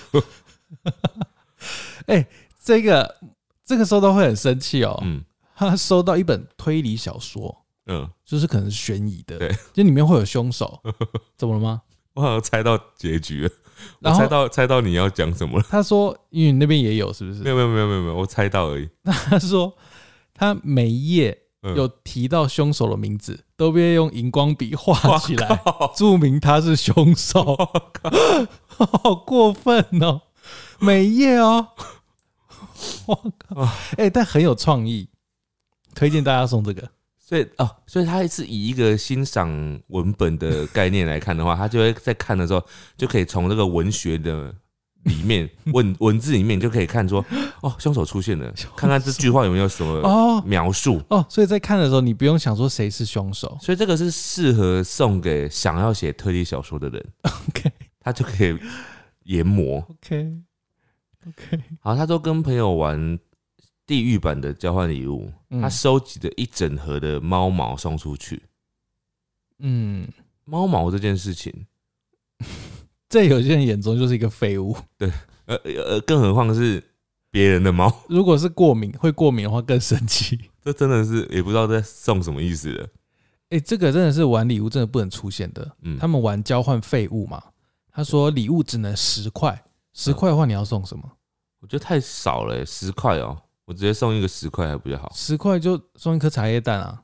哎、欸，这个这个收到会很生气哦。嗯，他收到一本推理小说，嗯，就是可能是悬疑的，对，就里面会有凶手。怎么了吗？ 我好像猜到结局了，我猜到猜到你要讲什么了。 他说，因为你那边也有，是不是？ 没有没有没有没有没有，我猜到而已。 他说，他每一页。有提到凶手的名字，都被用荧光笔画起来，注明他是凶手。好过分哦！每一页哦，我靠！哎、欸，但很有创意，推荐大家送这个。 所以哦，所以他是以一个欣赏文本的概念来看的话，他就会在看的时候就可以从这个文学的。里面文文字里面就可以看出哦，凶手出现了，看看这句话有没有什么描述哦, 哦。所以在看的时候，你不用想说谁是凶手， 所以这个是适合送给想要写推理小说的人。 OK， 他就可以研磨。 OK OK， 好，他都跟朋友玩地狱版的交换礼物，嗯、他收集了一整盒的猫毛送出去。嗯，猫毛这件事情。 在有些人眼中就是一个废物， 对，呃呃，更何况是别人的猫。 如果是过敏会过敏的话，更生气。 这真的是也不知道在送什么意思的。 哎、欸，这个真的是玩礼物真的不能出现的。嗯，他们玩交换废物嘛，他说礼物只能十块，十块的话你要送什么？ 我觉得太少了、欸，十块哦，我直接送一个十块还比较好。 十块就送一颗茶叶蛋啊。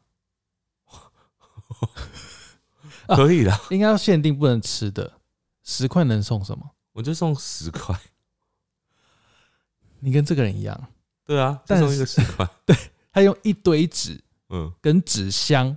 可以啦、啊， 应该要限定不能吃的。十块能送什么？ 我就送十块。 你跟这个人一样。 对啊，再送一个十块。 对，他用一堆纸，嗯，跟纸箱，嗯，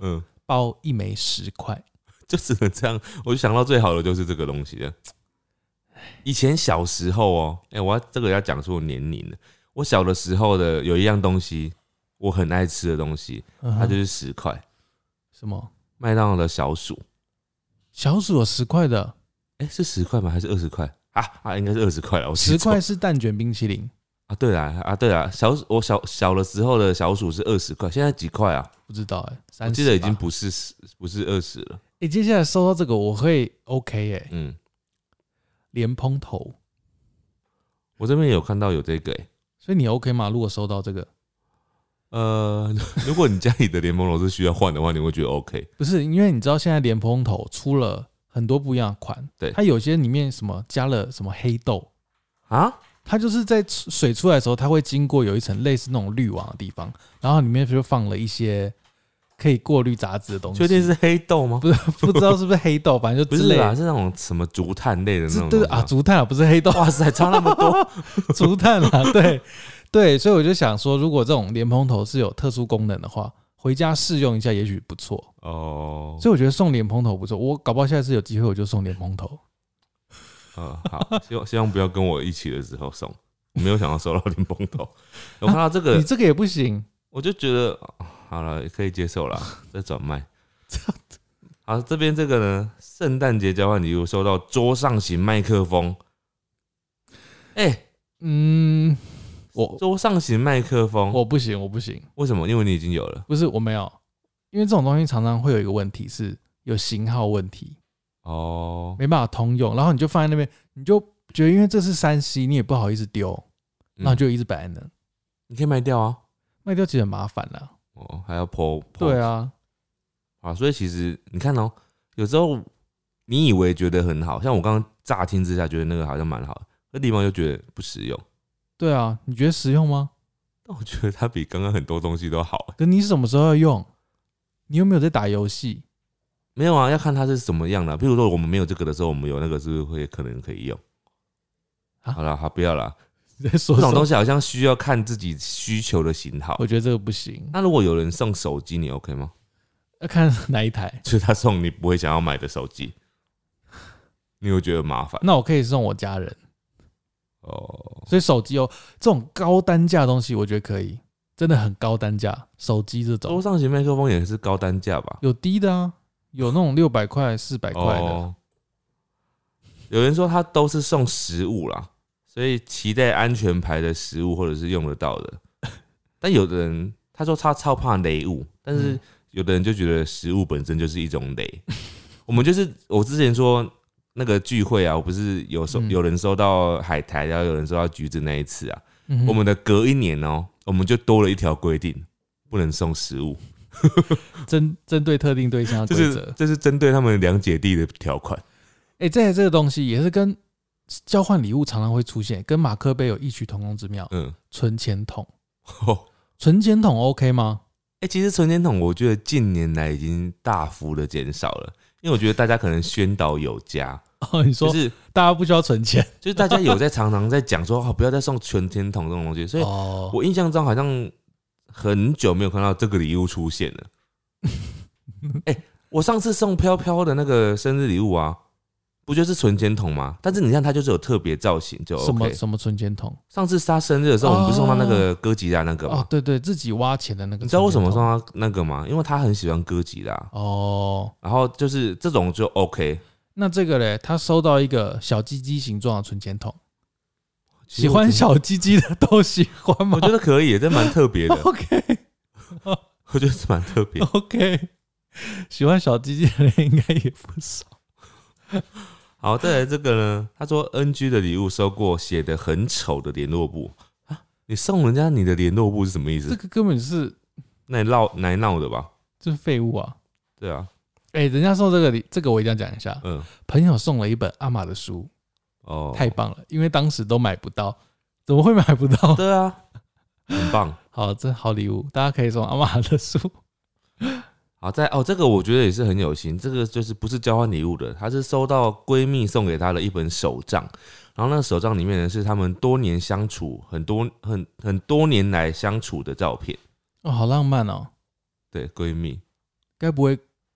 包一枚十块， 就只能这样。我就想到最好的就是这个东西了。以前小时候哦、喔，哎、欸，我要这个要讲出我年龄了。我小的时候的有一样东西，我很爱吃的东西， 嗯、 它就是十块。 什么？ 麦当劳的小薯。 小薯有十块的？ 哎、欸，是十块吗？还是二十块？啊啊，应该是二十块了。 十块是蛋卷冰淇淋啊。对啦，啊对啦，小我小小的时候的小薯是二十块，现在几块啊？ 不知道哎、欸， 我记得已经不是不是二十了。 哎、欸，接下来收到这个我会 OK 哎、欸， 嗯。 莲蓬头， 我这边有看到有这个、欸， 所以你 OK 吗？如果收到这个， 呃，如果你家里的莲蓬头是需要换的话，你会觉得 OK？ 不是，因为你知道现在莲蓬头出了很多不一样的款， 对， 它有些里面什么加了什么黑豆啊， 它就是在水出来的时候，它会经过有一层类似那种滤网的地方，然后里面就放了一些可以过滤杂质的东西。 确定是黑豆吗？ 不是，不知道是不是黑豆，反正就之类的。 不是啦，是那种什么竹炭类的那种。 对啊，竹炭啊，不是黑豆。 哇塞，差那么多， 竹炭啊，对对，所以我就想说，如果这种莲蓬头是有特殊功能的话，回家试用一下也许不错哦。所以我觉得送莲蓬头不错，我搞不好下次有机会我就送莲蓬头。 呃，好，希望希望不要跟我一起的时候送，我没有想要收到莲蓬头。我看到这个， 你这个也不行， 我就觉得。好了，可以接受了，再转卖。好，这边这个呢，圣诞节交换礼物收到桌上型麦克风。哎、欸， 嗯，我桌上型麦克风， 我不行，我不行。 为什么？因为你已经有了。 不是，我没有，因为这种东西常常会有一个问题是有型号问题哦，没办法通用，然后你就放在那边，你就觉得因为这是三 C， 你也不好意思丢，然后就一直摆在那、嗯。 你可以卖掉啊， 卖掉其实很麻烦啦。 哦，还要 po， 对啊， 啊，所以其实你看哦、喔，有时候你以为觉得很好，像我刚刚乍听之下觉得那个好像蛮好的，那地方又觉得不实用。 对啊，你觉得实用吗？ 但我觉得它比刚刚很多东西都好。 可你什么时候要用？你有没有在打游戏？ 没有啊，要看它是什么样的。譬如说我们没有这个的时候，我们有那个是不是会可能可以用？啊、好了，好，不要了。这种东西好像需要看自己需求的型号， 我觉得这个不行。 那如果有人送手机，你 OK 吗？ 要看哪一台， 就是他送你不会想要买的手机，你会觉得麻烦。 那我可以送我家人哦。 所以手机哦，这种高单价的东西，我觉得可以，真的很高单价。手机这种桌上型麦克风也是高单价吧？ 有低的啊，有那种六百块、四百块的、哦。 有人说他都是送实物啦。所以期待安全牌的食物或者是用得到的，但有的人他说他超怕雷物，但是有的人就觉得食物本身就是一种雷。我们就是我之前说那个聚会啊，我不是有收有人收到海苔，然后有人收到橘子那一次啊，嗯、我们的隔一年哦、喔，我们就多了一条规定，不能送食物， 针针对特定对象的规则， 这是针对他们两姐弟的条款。 哎、欸，这这个东西也是跟。交换礼物常常会出现，跟马克杯有异曲同工之妙。嗯，存钱筒，存钱筒 OK 吗？ 哎、欸，其实存钱筒我觉得近年来已经大幅的减少了，因为我觉得大家可能宣导有加。 哦，你说就是大家不需要存钱， 就是大家有在常常在讲说，哦，不要再送存钱筒这种东西。所以，我印象中好像很久没有看到这个礼物出现了。哎、欸，我上次送飘飘的那个生日礼物啊。不就是存钱筒吗？但是你看，它就是有特别造型，就 OK。 什么什么存钱筒？ 上次他生日的时候，我们不是送他那个哥吉拉那个吗？ 哦，对对，自己挖钱的那个。 你知道为什么送他那个吗？因为他很喜欢哥吉拉哦。然后就是这种就 OK。 那这个嘞，他收到一个小鸡鸡形状的存钱筒，喜欢小鸡鸡的都喜欢吗？ 我觉得可以，这蛮特别的。 OK， 我觉得是蛮特别。 OK， 喜欢小鸡鸡的人应该也不少。 好，再来这个呢？他说 N G 的礼物收过写得很丑的联络簿啊！你送人家你的联络簿是什么意思？ 这个根本是那闹来闹的吧？ 这是废物啊！ 对啊， 哎、欸，人家送这个礼，这个我一定要讲一下。嗯，朋友送了一本阿玛的书，哦，太棒了，因为当时都买不到，怎么会买不到？ 对啊，很棒。 好，这好礼物，大家可以送阿玛的书。 好，在哦，这个我觉得也是很有心。这个就是不是交换礼物的，他是收到闺蜜送给她的一本手账，然后那个手账里面呢是他们多年相处很多很很多年来相处的照片。 哦，好浪漫哦。 对，闺蜜， 该不会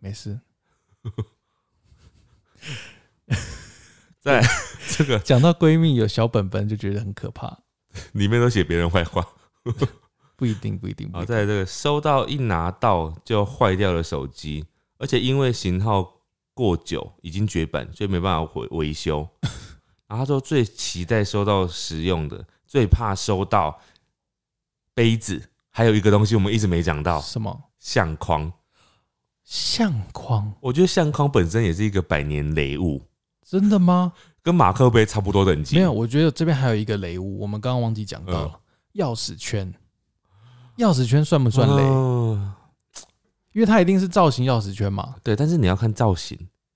没事。 再来这个讲到闺蜜有小本本就觉得很可怕， 里面都写别人坏话。 不一定，不一定。 好，再来这个收到一拿到就坏掉的手机，而且因为型号过久已经绝版，所以没办法维修。然后他说最期待收到实用的，最怕收到杯子，还有一个东西我们一直没讲到， 什么？ 相框。 相框， 我觉得相框本身也是一个百年雷物。 真的吗？ 跟马克杯差不多等级。 没有，我觉得这边还有一个雷物，我们刚刚忘记讲到了，钥、嗯、匙圈。钥匙圈算不算雷？哦、因为它一定是造型钥匙圈嘛。 对，但是你要看造型，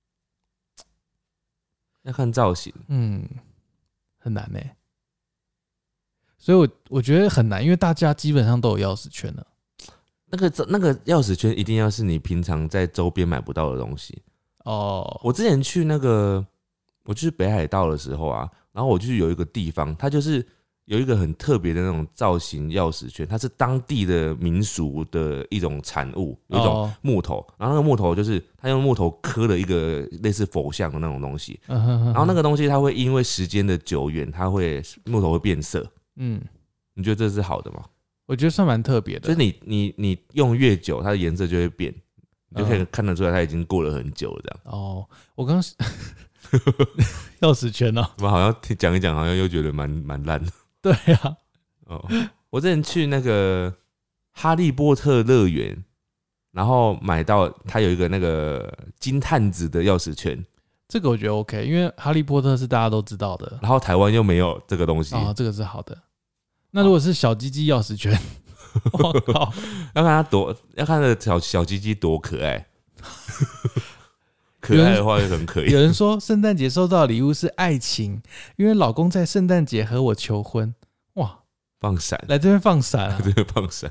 要看造型， 嗯，很难呢。所以我我觉得很难，因为大家基本上都有钥匙圈了。 那个那个钥匙圈一定要是你平常在周边买不到的东西哦。我之前去那个，我去北海道的时候啊，然后我就有一个地方，它就是有一个很特别的那种造型钥匙圈，它是当地的民俗的一种产物，有一种木头，哦、然后那个木头就是它用木头刻了一个类似佛像的那种东西，嗯、哼哼然后那个东西它会因为时间的久远，它会木头会变色。嗯，你觉得这是好的吗？ 我觉得算蛮特别的， 就是你你你用越久，它的颜色就会变，你就可以看得出来它已经过了很久了这样。 哦，我刚刚钥匙圈哦， 我好像讲一讲，好像又觉得蛮蛮烂的。 对啊， 哦，我之前去那个哈利波特乐园，然后买到它有一个那个金探子的钥匙圈， 这个我觉得 OK， 因为哈利波特是大家都知道的， 然后台湾又没有这个东西， 哦，这个是好的。那如果是小鸡鸡钥匙圈，我靠， 要看它多，要看它的小小鸡鸡多可爱。可爱的话就很可以。 有人说圣诞节收到的礼物是爱情，因为老公在圣诞节和我求婚。哇， 放闪， 来这边放闪啊！ 来这边放闪。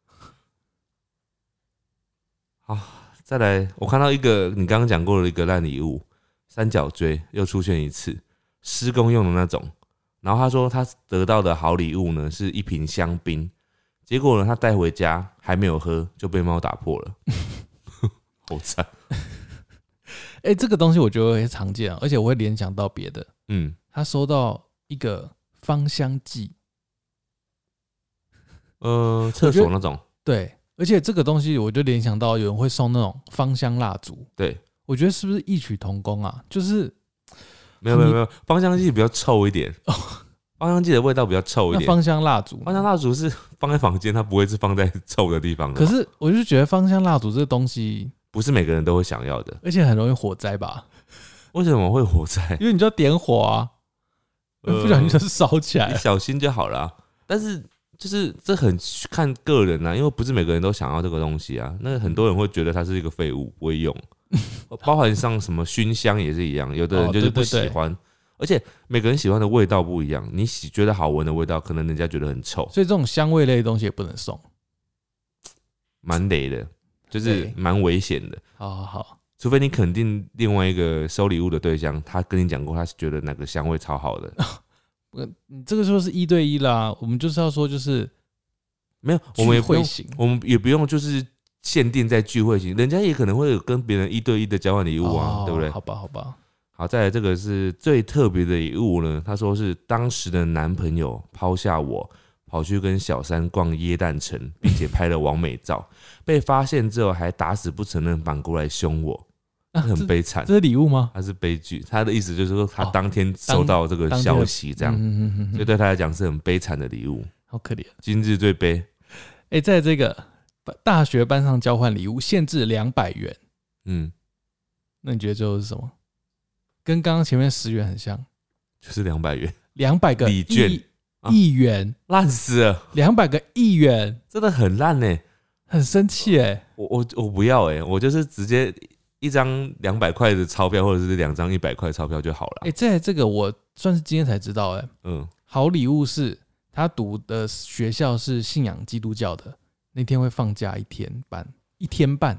好，再来，我看到一个你刚刚讲过的一个烂礼物，三角锥又出现一次，施工用的那种。然后他说他得到的好礼物呢是一瓶香槟，结果呢他带回家还没有喝就被猫打破了，好惨。 哎、欸，这个东西我觉得会常见，而且我会联想到别的。嗯，他收到一个芳香剂， 呃，厕所那种。 对，而且这个东西我就联想到有人会送那种芳香蜡烛。 对， 我觉得是不是异曲同工啊？就是没有没有没有，芳香剂比较臭一点。芳香剂的味道比较臭一点。 那芳香蜡烛， 芳香蜡烛是放在房间，它不会是放在臭的地方的。 可是我就觉得芳香蜡烛这个东西不是每个人都会想要的， 而且很容易火灾吧？ 为什么会火灾？ 因为你就要点火啊，呃、不小心就是烧起来， 你小心就好了、啊。但是就是这很看个人啊，因为不是每个人都想要这个东西啊。那很多人会觉得它是一个废物，不会用。包含像什么熏香也是一样，有的人就是不喜欢。哦，對對對，而且每个人喜欢的味道不一样，你喜觉得好闻的味道，可能人家觉得很臭， 所以这种香味类的东西也不能送， 蛮雷的，就是蛮危险的。 好好好， 除非你肯定另外一个收礼物的对象，他跟你讲过，他是觉得哪个香味超好的。 你这个就是一对一啦，我们就是要说就是没有，我们也不用，我们也不用就是限定在聚会型，人家也可能会有跟别人一对一的交换礼物啊，哦，对不对？ 好吧，好吧。 好，再来这个是最特别的礼物呢。他说是当时的男朋友抛下我，跑去跟小三逛耶诞城，并且拍了网美照，被发现之后还打死不承认，反过来凶我，很悲惨。 这是礼物吗？ 他是悲剧。他的意思就是说，他当天收到这个消息，这样，所以对他来讲是很悲惨的礼物。 好可怜， 今日最悲。 哎，在这个大学班上交换礼物，限制两百元。嗯，那你觉得最后是什么？跟刚刚前面十元很像， 就是两百元， 两百个礼券， 亿元， 烂死了， 两百个亿元， 真的很烂呢， 很生气哎， 我我我不要哎，我就是直接一张两百块的钞票，或者是两张一百块钞票就好了。 哎，在这个我算是今天才知道哎，嗯，好礼物是他读的学校是信仰基督教的，那天会放假一天半，一天半。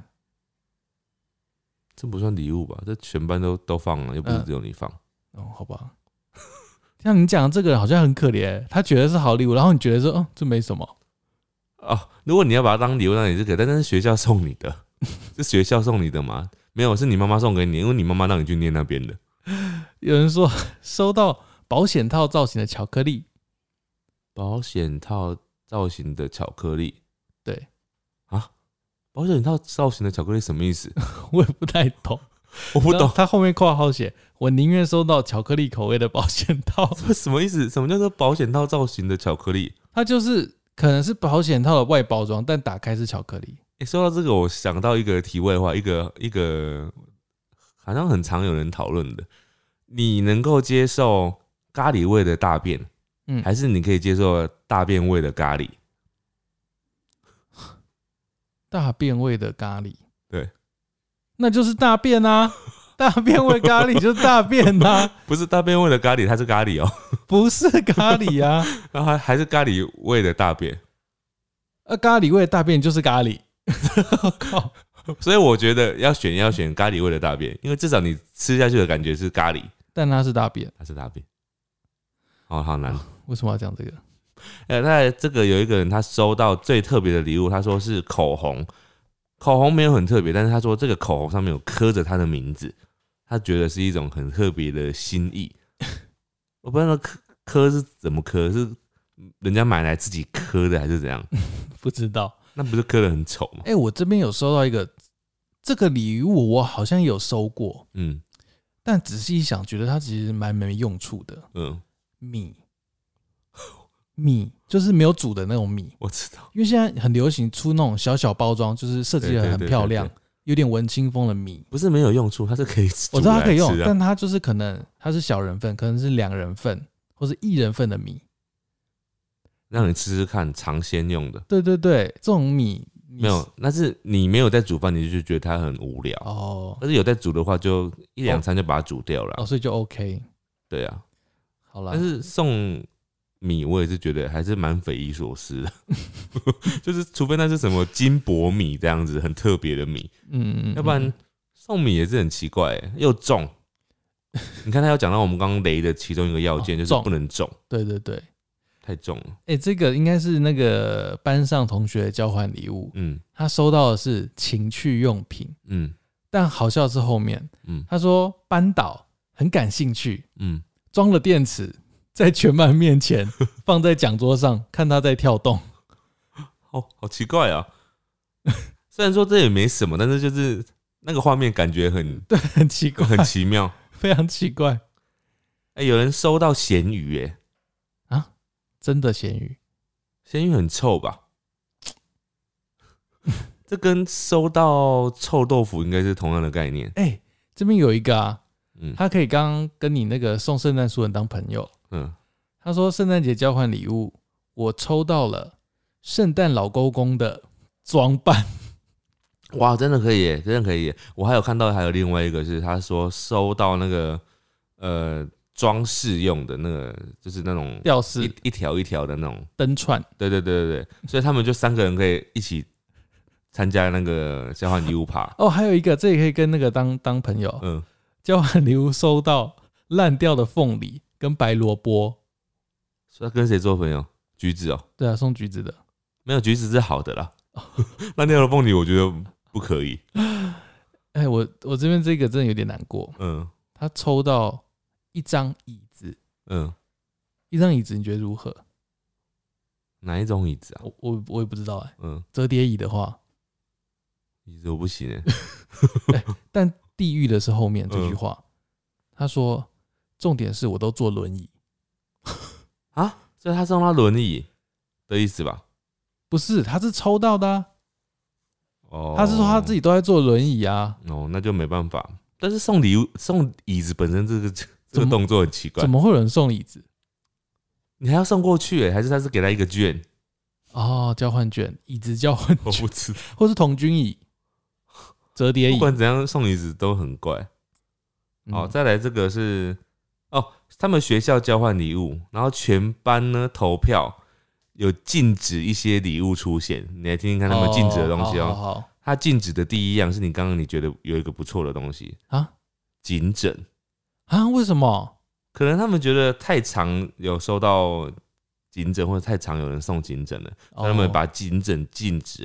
这不算礼物吧？这全班都都放了，又不是只有你放。 嗯、哦，好吧。像你讲这个人好像很可怜，他觉得是好礼物，然后你觉得说，哦，这没什么。 哦，如果你要把它当礼物，那你是可以，但是学校送你的， 是学校送你的吗？没有，是你妈妈送给你，因为你妈妈让你去念那边的。 有人说收到保险套造型的巧克力， 保险套造型的巧克力， 对啊，保险套造型的巧克力什么意思？ 我也不太懂， 我不懂。 他后面括号写：“我宁愿收到巧克力口味的保险套。” 什么意思？什么叫做保险套造型的巧克力？ 它就是可能是保险套的外包装，但打开是巧克力。 欸、说到这个，我想到一个题外话，一个一个好像很常有人讨论的：你能够接受咖喱味的大便，嗯，还是你可以接受大便味的咖喱？ 大便味的咖喱， 对， 那就是大便啊！大便味咖喱就是大便啊， 不是大便味的咖喱，它是咖喱哦、喔， 不是咖喱啊， 然后还还是咖喱味的大便， 呃，咖喱味的大便就是咖喱，靠！ 所以我觉得要选要选咖喱味的大便，因为至少你吃下去的感觉是咖喱， 但它是大便， 它是大便，哦，好难， 为什么要讲这个？ 呃，那这个有一个人他收到最特别的礼物，他说是口红，口红没有很特别，但是他说这个口红上面有刻着他的名字，他觉得是一种很特别的心意。我不知道刻刻是怎么刻，是人家买来自己刻的还是怎样？ 不知道， 那不是刻得很丑吗？ 哎、欸，我这边有收到一个这个礼物，我好像有收过，嗯，但仔细一想，觉得它其实蛮没用处的。嗯，米。米就是没有煮的那种米， 我知道， 因为现在很流行出那种小小包装，就是设计得很漂亮，有点文青风的米。 不是没有用处，它是可以煮， 我知道它可以用，但它就是可能它是小人份，可能是两人份或是一人份的米， 让你吃吃看，尝鲜用的。 对对对，这种米没有，那是你没有在煮饭，你就觉得它很无聊哦。但是有在煮的话，就一两餐就把它煮掉了， 哦，所以就 OK。 对啊， 好啦， 但是送米我也是觉得还是蛮匪夷所思的，就是除非那是什么金箔米这样子很特别的米，嗯，要不然送米也是很奇怪，又重。你看他要讲到我们刚刚雷的其中一个要件，就是不能重。 对对对， 太重了。 哎、欸，这个应该是那个班上同学的交换礼物，嗯，他收到的是情趣用品，嗯，但好笑的是后面，嗯，他说班导很感兴趣，嗯，装了电池。在全班面前放在讲桌上，看他在跳动， 好好奇怪啊！虽然说这也没什么，但是就是那个画面感觉很对，很奇怪， 很奇妙， 非常奇怪。 哎、欸，有人收到咸鱼，哎， 啊，真的咸鱼？ 咸鱼很臭吧？这跟收到臭豆腐应该是同样的概念。 哎、欸，这边有一个啊，嗯，他可以刚刚跟你那个送圣诞树人当朋友。嗯，他说圣诞节交换礼物，我抽到了圣诞老公公的装扮。 哇，真的可以耶，真的可以耶！我还有看到还有另外一个是，他说收到那个呃装饰用的那个，就是那种吊饰， 一一条一条的那种灯串。 对对对对对，所以他们就三个人可以一起参加那个交换礼物趴。 哦，还有一个，这也可以跟那个当当朋友。嗯，交换礼物收到烂掉的凤梨跟白萝卜。 所以跟谁做朋友？橘子哦。 对啊，送橘子的。 没有，橘子是好的啦。烂掉的凤梨，我觉得不可以。 哎、欸，我我这边这个真的有点难过。嗯，他抽到一张椅子。嗯，一张椅子，你觉得如何？ 哪一种椅子啊？ 我我我也不知道哎、欸。嗯，折叠椅的话， 椅子我不行哎、 欸。但地狱的是后面这句话，嗯、他说重点是我都坐轮椅。 啊，所以他送他轮椅的意思吧？ 不是，他是抽到的、啊。哦，他是说他自己都在坐轮椅啊。 哦，那就没办法。但是送礼物、送椅子本身这个这个动作很奇怪。 怎么会有人送椅子？ 你还要送过去、欸？还是他是给他一个券？ 哦，交换券，椅子交换券， 我不知道， 或是童军椅、折叠椅， 不管怎样送椅子都很怪。好，再来这个是哦，他们学校交换礼物，然后全班呢投票，有禁止一些礼物出现。你来听听看他们禁止的东西哦。 好好好， 他禁止的第一样是你刚刚你觉得有一个不错的东西啊，颈枕啊？为什么？ 可能他们觉得太常有收到颈枕，或者太常有人送颈枕了，所以他们把颈枕禁止。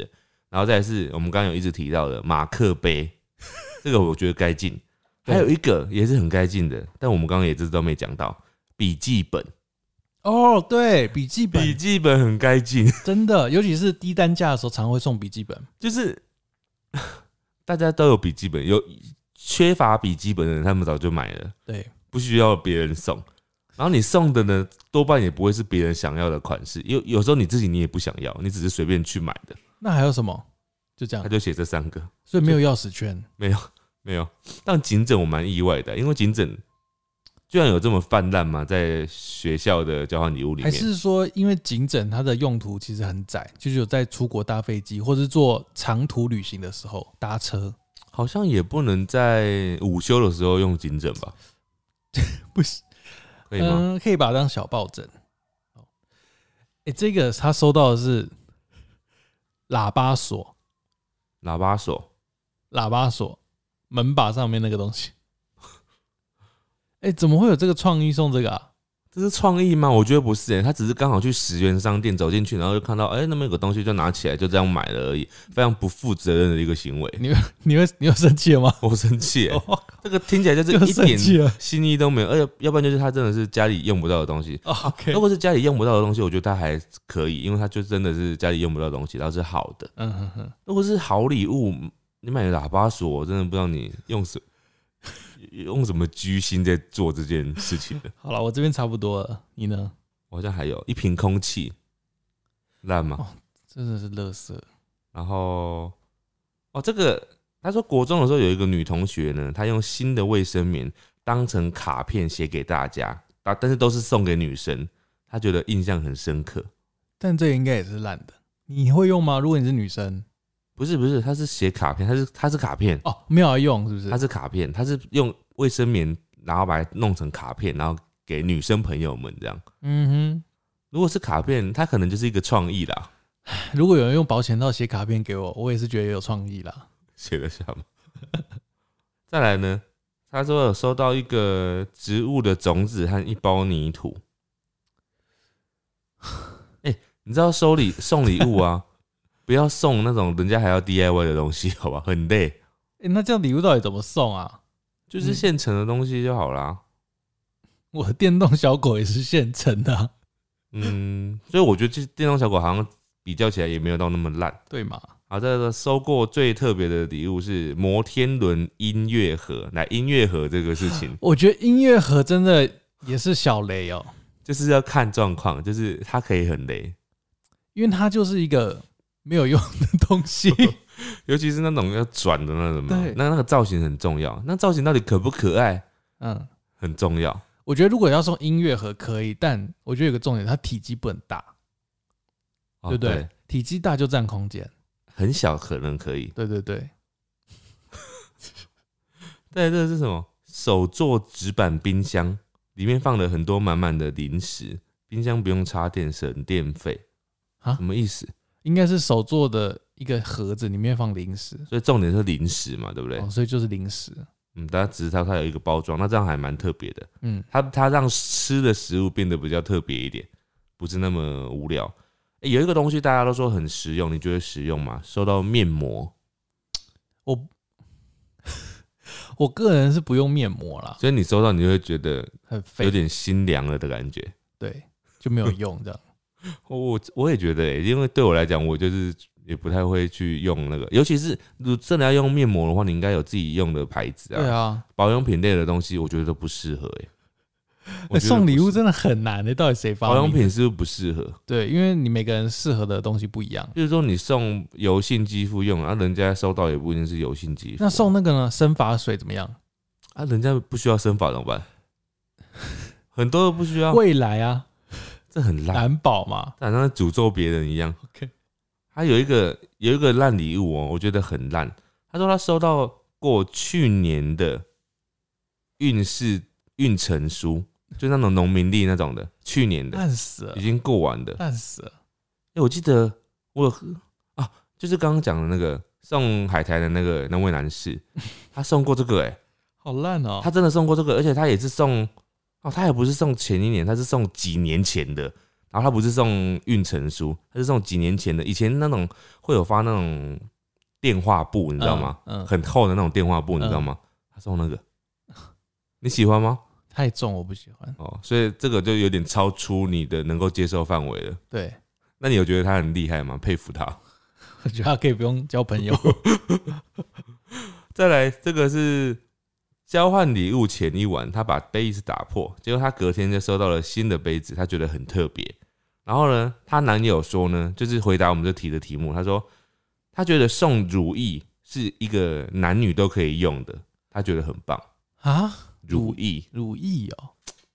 然后再来是我们刚刚有一直提到的马克杯，这个我觉得该进。还有一个也是很该进的，但我们刚刚也知道没讲到笔记本。 哦，对，笔记本， 笔记本很该进， 真的，尤其是低单价的时候，常会送笔记本。 就是大家都有笔记本，有缺乏笔记本的人，他们早就买了， 对， 不需要别人送。然后你送的呢，多半也不会是别人想要的款式，有有时候你自己你也不想要，你只是随便去买的。 那还有什么？就这样， 他就写这三个， 所以没有钥匙圈， 没有没有。但颈枕我蛮意外的，因为颈枕居然有这么泛滥吗？在学校的交换礼物里面， 还是说因为颈枕它的用途其实很窄，就是有在出国搭飞机或是做长途旅行的时候搭车， 好像也不能在午休的时候用颈枕吧？ 不是， 可以吗？ 嗯，可以把它当小抱枕。哎、欸，这个他收到的是喇叭锁， 喇叭锁， 喇叭锁门把上面那个东西。哎、欸，怎么会有这个创意送这个啊？ 这是创意吗？我觉得不是、欸，他只是刚好去十元商店走进去，然后就看到哎、欸、那边有个东西，就拿起来就这样买了而已，非常不负责任的一个行为。 你你会你会生气了吗？ 我生气、欸， 哦、 这个听起来就是一点心意都没有，而且要不然就是他真的是家里用不到的东西。 哦 OK， 如果是家里用不到的东西，我觉得他还可以，因为他就真的是家里用不到的东西，然后是好的。 嗯哼哼。 如果是好礼物，你买喇叭锁，我真的不知道你用什么。用什么居心在做这件事情的？ 好了，我这边差不多了，你呢？ 我好像还有一瓶空气，烂吗？ 哦，真的是垃圾。 然后，哦，这个他说国中的时候有一个女同学呢，她用新的卫生棉当成卡片写给大家，但是都是送给女生，她觉得印象很深刻。 但这个应该也是烂的，你会用吗？如果你是女生？ 不是不是，他是写卡片，他是他是卡片哦，没有要用是不是？ 他是卡片，他是用卫生棉，然后把它弄成卡片，然后给女生朋友们这样。 嗯哼， 如果是卡片，它可能就是一个创意啦。 如果有人用保险套写卡片给我，我也是觉得有创意啦。 写得下吗？再来呢，他说有收到一个植物的种子和一包泥土。哎、欸，你知道收礼送礼物啊？不要送那种人家还要 D I Y 的东西，好吧，很累。 欸、那这样礼物到底怎么送啊？ 就是现成的东西就好啦。 我的电动小狗也是现成的、啊。 嗯，所以我觉得这电动小狗好像比较起来也没有到那么烂， 对嘛？ 好，这个收过最特别的礼物是摩天轮音乐盒。来，音乐盒这个事情， 我觉得音乐盒真的也是小雷哦， 就是要看状况，就是它可以很雷， 因为它就是一个。没有用的东西， 尤其是那种要转的那种， 对， 那那个造型很重要。那造型到底可不可爱？嗯，很重要。 我觉得如果要送音乐盒可以，但我觉得有个重点，它体积不能大，哦、对不对？对，体积大就占空间， 很小可能可以。 对对对。 对，这是什么？手做纸板冰箱，里面放了很多满满的零食，冰箱不用插电，省电费。啊？什么意思？ 应该是手做的一个盒子，里面放零食， 所以重点是零食嘛，对不对？ 哦，所以就是零食。 嗯，大家只是它它有一个包装，那这样还蛮特别的。嗯，它它让吃的食物变得比较特别一点，不是那么无聊。欸，有一个东西大家都说很实用，你觉得实用吗？收到面膜， 我我个人是不用面膜啦， 所以你收到你就会觉得很废， 有点心凉了的感觉。 对，就没有用这样。 我我也觉得、欸，因为对我来讲，我就是也不太会去用那个，尤其是如果真的要用面膜的话，你应该有自己用的牌子啊。 对啊， 保养品类的东西，我觉得都不适合、欸。 哎、欸，送礼物真的很难的、欸，到底谁发明？ 保养品是不是不适合？ 对，因为你每个人适合的东西不一样。 就是说，你送油性肌肤用，啊，人家收到也不一定是油性肌肤。 那送那个呢？生发水怎么样？ 啊，人家不需要生发怎么办？很多都不需要。 未来啊。 这很烂， 难保嘛， 好像诅咒别人一样。 OK， 他有一个有一个烂礼物哦，我觉得很烂。他说他收到过去年的运势运程书，就那种农民历那种的，去年的， 烂死了， 已经过完的， 烂死了。 哎、欸，我记得我有啊，就是刚刚讲的那个送海苔的那个那位男士，他送过这个、欸，哎， 好烂哦， 他真的送过这个，而且他也是送。哦，他也不是送前一年，他是送几年前的， 然后他不是送运程书，他是送几年前的，以前那种会有发那种电话簿，你知道吗？嗯，嗯很厚的那种电话簿，你知道吗？嗯、他送那个，你喜欢吗？ 太重，我不喜欢。 哦，所以这个就有点超出你的能够接受范围了。 对， 那你有觉得他很厉害吗？佩服他。 我觉得他可以不用交朋友。 再来，这个是交换礼物前一晚，他把杯子打破，结果他隔天就收到了新的杯子，他觉得很特别。然后呢，她男友说呢，就是回答我们这题的题目，他说他觉得送乳液是一个男女都可以用的，他觉得很棒啊。 乳液， 乳液哦，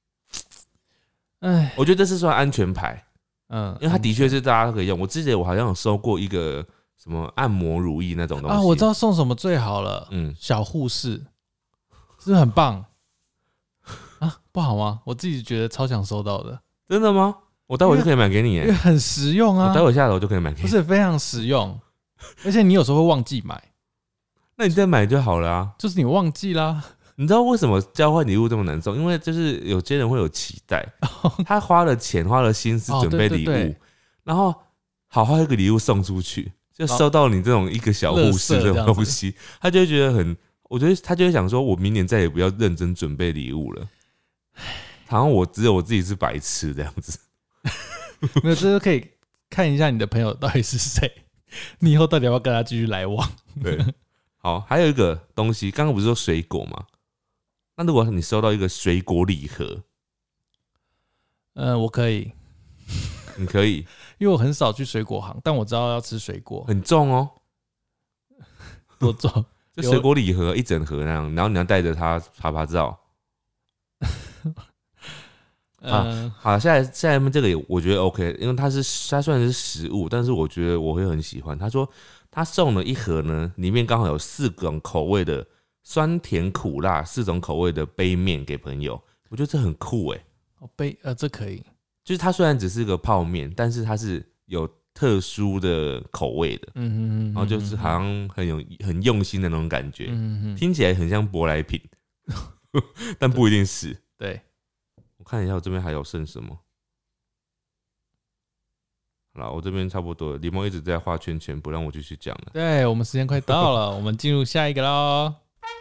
哎， 我觉得这是算安全牌，嗯，因为它的确是大家都可以用。我之前我好像有收过一个什么按摩乳液那种东西啊，我知道送什么最好了，嗯，小护士，是不是很棒啊？不好吗？我自己觉得超想收到的， 真的吗？我待会就可以买给你，因为很实用啊。 我待会下楼就可以买给你， 不是非常实用，而且你有时候会忘记买， 那你再买就好了啊。 就是你忘记啦。 你知道为什么交换礼物这么难送？因为就是有些人会有期待，他花了钱、花了心思准备礼物，哦、对对对然后好好一个礼物送出去，就收到你这种一个小护士这种东西，他就会觉得很，我觉得他就会想说，我明年再也不要认真准备礼物了，好像我只有我自己是白痴这样子。 没有，这就可以看一下你的朋友到底是谁，你以后到底要不要跟他继续来往？ 对，好，还有一个东西，刚刚不是说水果吗？那如果你收到一个水果礼盒， 嗯、呃，我可以， 你可以， 因为我很少去水果行，但我知道要吃水果， 很重哦， 多重？ 就水果礼盒一整盒那样，然后你要带着它拍拍照。啊，好，下来下面这个也我觉得 OK， 因为它是它虽然是食物，但是我觉得我会很喜欢。他说他送了一盒呢，里面刚好有四种口味的。酸甜苦辣四种口味的杯面给朋友，我觉得这很酷哎、欸。 哦，杯呃，这可以， 就是它虽然只是个泡面，但是它是有特殊的口味的，嗯嗯嗯，然后就是好像很有很用心的那种感觉，嗯嗯，听起来很像舶来品，但不一定是。 对， 我看一下我这边还有剩什么。好了，我这边差不多了。李梦一直在画圈圈，不让我继续讲了。 对，我们时间快到了，我们进入下一个喽。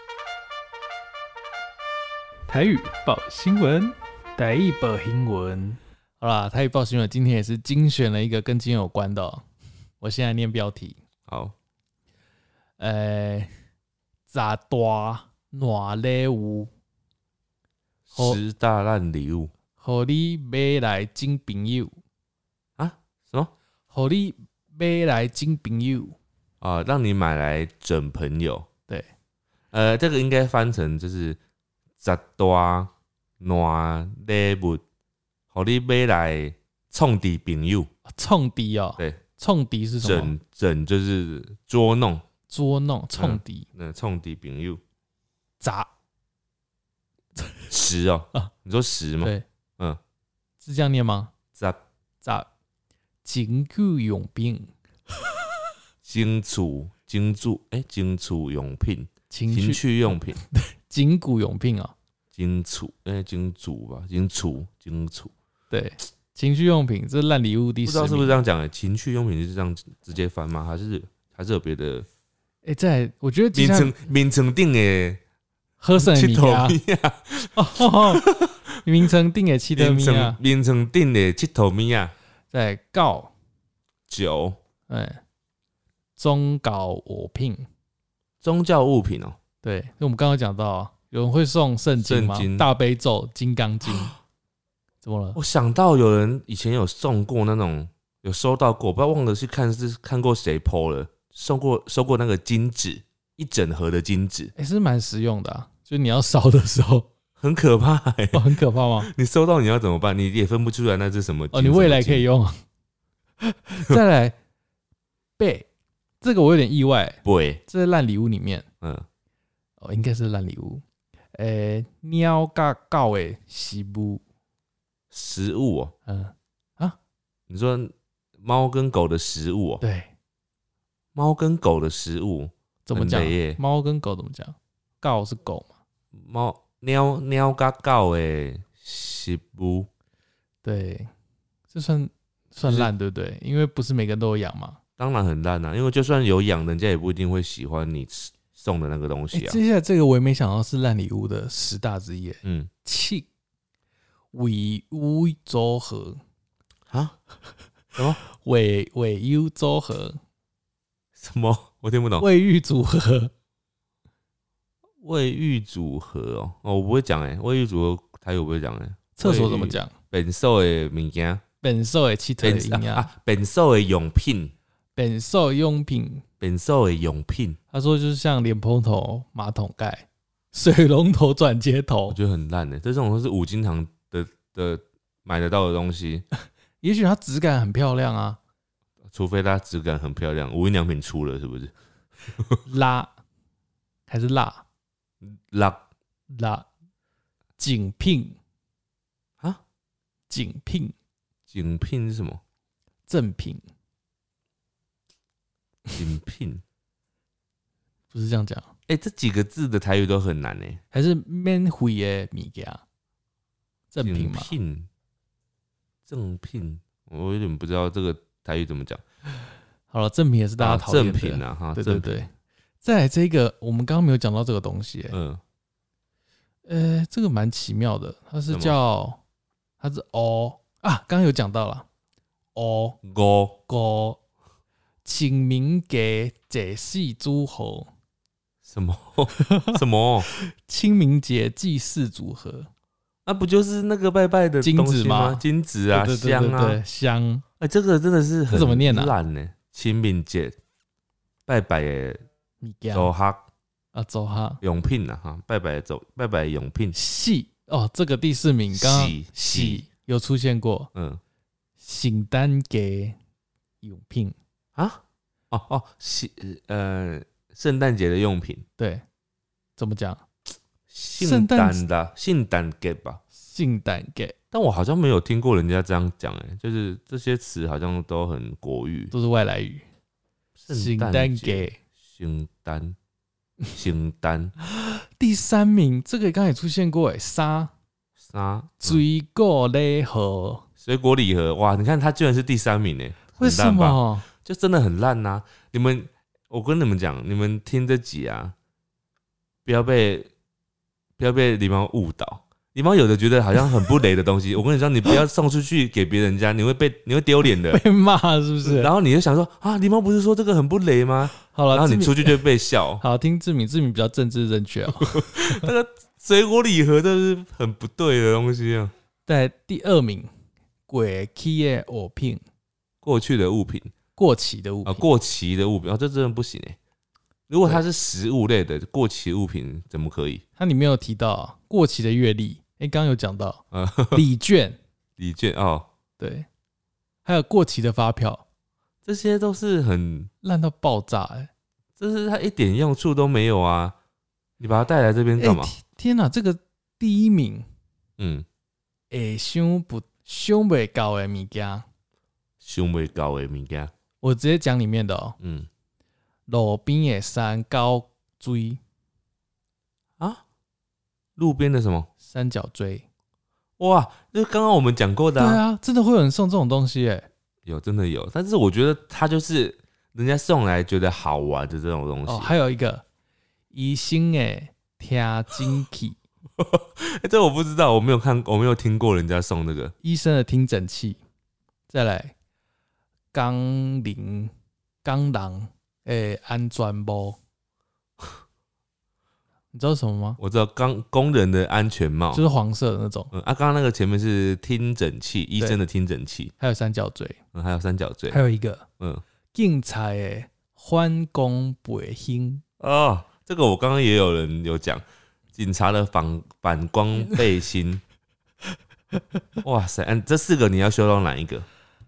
台语报新闻，台语报新闻。好啦，台语报新闻今天也是精选了一个跟今天有关的、喔。我现在念标题。 好， 呃，十大烂礼物， 十大烂礼物， 互你买来整朋友啊？什么？ 互你买来整朋友啊？让你买来整朋友？ 对， 呃，这个应该翻成就是。十大烂礼物，互你买来创敌朋友。 创敌哦， 对， 创敌是什么？ 整整就是捉弄， 捉弄，创敌。 那创敌朋友， 砸十哦，啊、你说十吗？ 对， 嗯， 是这样念吗？ 砸砸，情趣用品， 精储精储，哎，精储用品， 情趣用品。 筋骨用品啊， 精储哎，精储吧，精储精储， 对，情趣用品，这烂礼物第十名， 不知道是不是这样讲的？情趣用品就是这样直接翻吗？还是还是有别的？ 哎、欸，在我觉得名称名称定的喝什米啊？哦，名称定的七头米啊， 名称定的七头米啊， 在告酒， 哎，宗教物品， 宗教物品哦。 对，因为我们刚刚讲到，有人会送圣经吗？大悲咒、金刚经，怎么了？ 我想到有人以前有送过那种，有收到过，不知道忘了去看是看过谁 po 了，送过收过那个金纸，一整盒的金纸， 哎、欸，是蛮实用的啊。就你要烧的时候， 很可怕、欸哦，很可怕吗？ 你收到你要怎么办？你也分不出来那是什么。 哦，你未来可以用。再来，贝，这个我有点意外。 贝， 这是烂礼物里面， 嗯。 哦，应该是烂礼物。诶、欸，猫甲狗的食物， 食物哦， 嗯啊， 你说猫跟狗的食物哦？ 对， 猫跟狗的食物怎么讲？猫跟狗怎么讲？狗是狗嘛？ 猫猫猫甲狗的食物， 对， 这算算烂对不对？因为不是每个人都有养嘛。 当然很烂啊，因为就算有养，人家也不一定会喜欢你送的那个东西啊。 欸、接下来这个我也没想到是烂礼物的十大之一。 嗯， 气尾乌组合啊？什么？ 尾尾 U 组合？ 什么？我听不懂。 卫浴组合？ 卫浴组合哦，哦，我不会讲哎，卫浴组合台语我不会讲哎。 厕所怎么讲？ 便所的物件， 便所的汽车的音啊，便所的用品， 便所用品， 便所的用品。 他说就是像莲蓬头、马桶盖、水龙头转接头， 我觉得很烂的，这种都是五金行的的买得到的东西。 也许它质感很漂亮啊， 除非它质感很漂亮，无印良品出了是不是？ 拉还是辣？ 拉拉景聘啊？ 景聘景聘是什么？ 赠品？ 景聘不是这样讲。 哎、欸，这几个字的台语都很难哎。 还是免费的物件？赠品嘛？ 赠聘，我有点不知道这个台语怎么讲。 好了，赠品也是大家讨厌的。 赠品啊，哈， 对对对。再来这个，我们刚刚没有讲到这个东西、欸，嗯，呃，这个蛮奇妙的，它是叫，它是哦啊，刚刚有讲到了，哦五五清明节祭祀组合， 什么什么？ 清明节祭祀组合， 那、啊、不就是那个拜拜的金子吗？ 金子啊， 对对对对对香啊， 香。 哎、欸，这个真的是很怎么念啊？ 烂呢？清明节拜拜的。走哈啊，走哈用品啊哈，拜拜走拜拜用品。 喜哦，这个第四名刚刚喜有出现过，嗯，圣诞节用品啊，哦哦，喜呃圣诞节的用品， 对，怎么讲？ 圣诞的圣诞节吧， 圣诞节， 但我好像没有听过人家这样讲哎，就是这些词好像都很国语， 都是外来语。圣诞节。 圣诞，圣诞， 第三名，这个刚才也出现过哎，沙沙水果礼盒， 水果礼盒，哇！你看它居然是第三名哎， 为什么？ 就真的很烂呐、啊！你们，我跟你们讲，你们听这集啊，不要被不要被狸猫误导。狸猫有的觉得好像很不雷的东西，我跟你说，你不要送出去给别人家，你会被你会丢脸的， 被骂是不是？ 然后你就想说啊，狸猫不是说这个很不雷吗？ 好了， 然后你出去就被笑。 好，听志明，志明比较政治正确哦。 那个水果礼盒这是很不对的东西啊。 在第二名，过期的物品， 过去的物品， 过期的物品， 啊，过期的物品，啊，这真的不行哎。如果它是食物类的过期物品，怎么可以？ 它里面有提到、啊、过期的月历，哎，刚刚有讲到，礼券， 礼券哦， 对，还有过期的发票。 这些都是很烂到爆炸哎、欸！ 这是它一点用处都没有啊！你把它带来这边干嘛、 欸？天哪，这个第一名， 嗯， 哎，想不想不到的物件， 想不到的物件， 我直接讲里面的哦、喔。嗯，路边的三角锥啊，路边的什么三角锥？ 哇，就刚刚我们讲过的、啊。 对啊，真的会有人送这种东西哎、欸。 有，真的有，但是我觉得它就是人家送来觉得好玩的这种东西。 哦，还有一个医生的听诊器， 这我不知道，我没有看，我没有听过人家送这个医生的听诊器。再来，钢铃钢狼诶安全帽，你知道什么吗？ 我知道钢工人的安全帽， 就是黄色的那种。 嗯啊，刚刚那个前面是听诊器，医生的听诊器， 还有三角锥， 嗯，还有三角锥， 还有一个，嗯，警察的反光背心。 哦，这个我刚刚也有人有讲，警察的反反光背心。哇塞，嗯，这四个你要修到哪一个？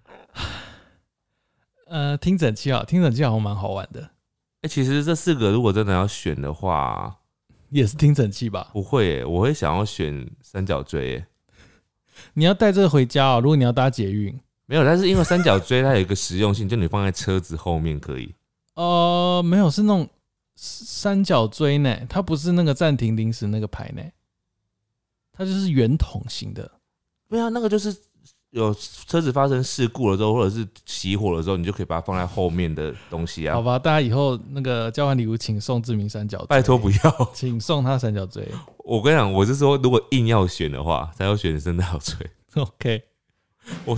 呃，听诊器啊，听诊器好像蛮好玩的。哎、 欸，其实这四个如果真的要选的话。 也是听诊器吧？ 不会耶，我会想要选三角锥耶。 你要带这个回家哦。如果你要搭捷运， 没有，但是因为三角锥它有一个实用性，就你放在车子后面可以。 呃，没有，是那种三角锥呢，它不是那个暂停临时那个牌呢，它就是圆筒型的。 对啊，那个就是有车子发生事故了之后，或者是熄火了之后，你就可以把它放在后面的东西啊。 好吧，大家以后那个交换礼物，请送志明三角锥， 拜托不要， 请送他三角锥。 我跟你讲，我是说，如果硬要选的话，才要选三角锥。 OK， 我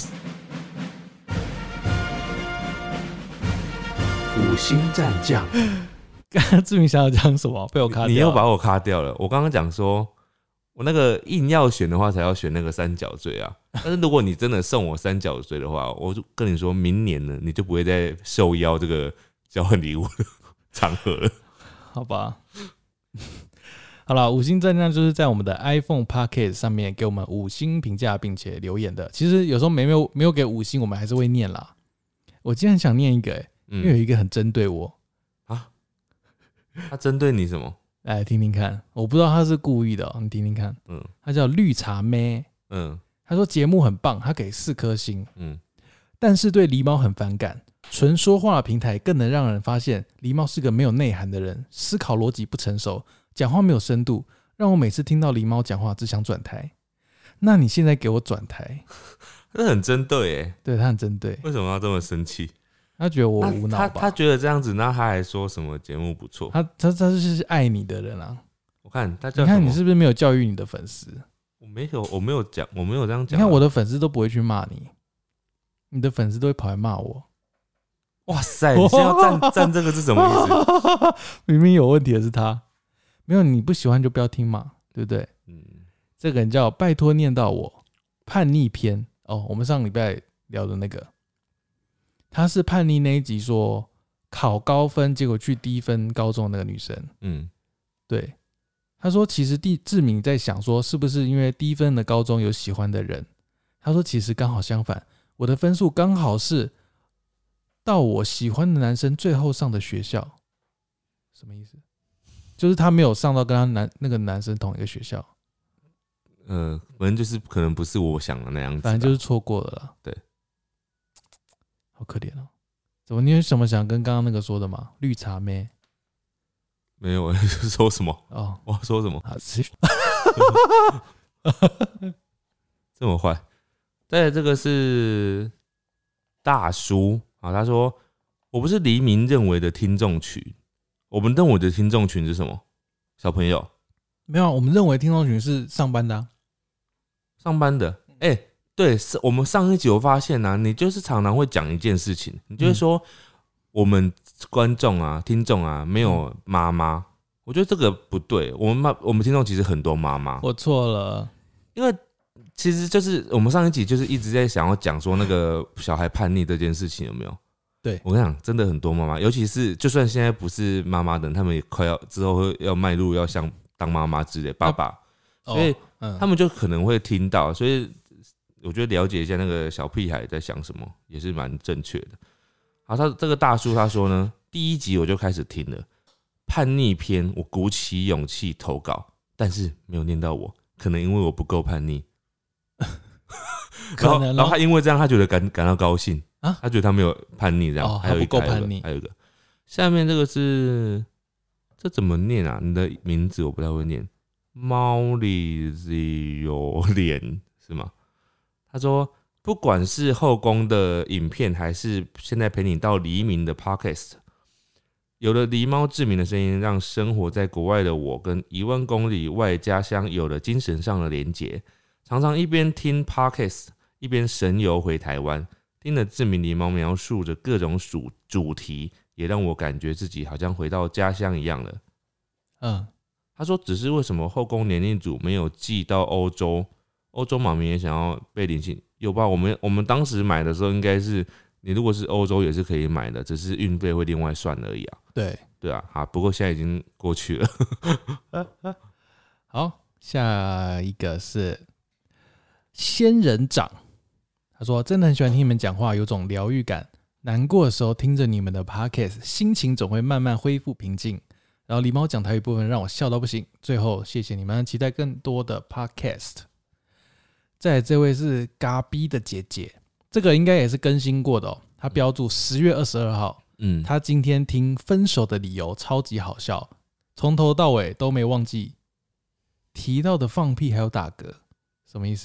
五星战将， 刚刚志明想要讲什么？被我卡掉了。 你又把我卡掉了。我刚刚讲说，我那个硬要选的话，才要选那个三角锥啊。但是如果你真的送我三角锥的话，我就跟你说明年呢，你就不会再受邀这个交换礼物的场合了。 好吧。好了，五星战将就是在我们的 iPhone Podcast 上面给我们五星评价，并且留言的。其实有时候没有没有给五星，我们还是会念啦。我今天很想念一个、欸，因为有一个很针对我啊。他针对你什么？ 来听听看，我不知道他是故意的、喔，你听听看。嗯，他叫绿茶妹。嗯，他说节目很棒，他给四颗星。嗯，但是对狸猫很反感。纯说话的平台更能让人发现狸猫是个没有内涵的人，思考逻辑不成熟，讲话没有深度，让我每次听到狸猫讲话只想转台。那你现在给我转台， 这很针对耶。 对，他很针对。 为什么要这么生气？ 他觉得我无脑吧？ 他他觉得这样子，那他还说什么节目不错？ 他他他就是爱你的人啊！ 我看他叫你看你是不是没有教育你的粉丝？ 我没有，我没有讲，我没有这样讲。 你看我的粉丝都不会去骂你，你的粉丝都会跑来骂我。 哇塞！你现在要站站这个是什么意思？ 明明有问题的是他，没有你不喜欢就不要听嘛，对不对？嗯，这个人叫拜托念到我叛逆篇哦，我们上礼拜聊的那个，他是叛逆那一集说考高分结果去低分高中的那个女生，嗯，对，他说其实志明在想说是不是因为低分的高中有喜欢的人，他说其实刚好相反，我的分数刚好是到我喜欢的男生最后上的学校。什么意思？就是他没有上到跟他男那个男生同一个学校。 呃，反正就是可能不是我想的那样子， 反正就是错过了啦。 对， 好可怜哦。怎么？你有什么想跟刚刚那个说的吗？绿茶妹？ 没有，说什么？哦，我要说什么？这么坏。再来这个是大叔啊，他说我不是黎明认为的听众群，我们认为的听众群是什么？小朋友？ 没有，我们认为听众群是上班的、啊， 上班的。哎、欸，对，是我们上一集我发现啊，你就是常常会讲一件事情，你就会说我们观众啊、听众啊没有妈妈，我觉得这个不对。我们妈，我们听众其实很多妈妈。 我错了， 因为其实就是我们上一集就是一直在想要讲说那个小孩叛逆这件事情有没有？ 对， 我跟你讲，真的很多妈妈，尤其是就算现在不是妈妈的，他们也快要之后会要迈入要像当妈妈之类，爸爸，啊、所以他们就可能会听到，所以我觉得了解一下那个小屁孩在想什么也是蛮正确的。好，他这个大叔他说呢，第一集我就开始听了叛逆篇，我鼓起勇气投稿，但是没有念到我，可能因为我不够叛逆。然后，然后他因为这样，他觉得感感到高兴啊，他觉得他没有叛逆，这样。 哦， 还有一个不够叛逆， 还有一个，下面这个是这怎么念啊？你的名字我不太会念，猫里子有脸是吗？他说，不管是后宫的影片，还是现在陪你到黎明的 podcast， 有了狸猫志明的声音，让生活在国外的我跟一万公里外家乡有了精神上的连结。常常一边听 podcast， 一边神游回台湾，听了志明狸猫描述着各种主主题，也让我感觉自己好像回到家乡一样了。嗯，他说，只是为什么后宫年龄组没有寄到欧洲？欧洲妈咪也想要被领情，有吧？我们我们当时买的时候，应该是你如果是欧洲也是可以买的，只是运费会另外算而已啊。 对对啊，好，不过现在已经过去了。 好，下一个是仙人掌，他说真的很喜欢听你们讲话，有种疗愈感。难过的时候听着你们的 podcast， 心情总会慢慢恢复平静。然后狸猫讲台语部分让我笑到不行。最后谢谢你们，期待更多的 podcast。再来这位是嘎逼的姐姐，这个应该也是更新过的哦。她标注十月二十二号，嗯，她今天听分手的理由超级好笑，从头到尾都没忘记提到的放屁还有打嗝，什么意思？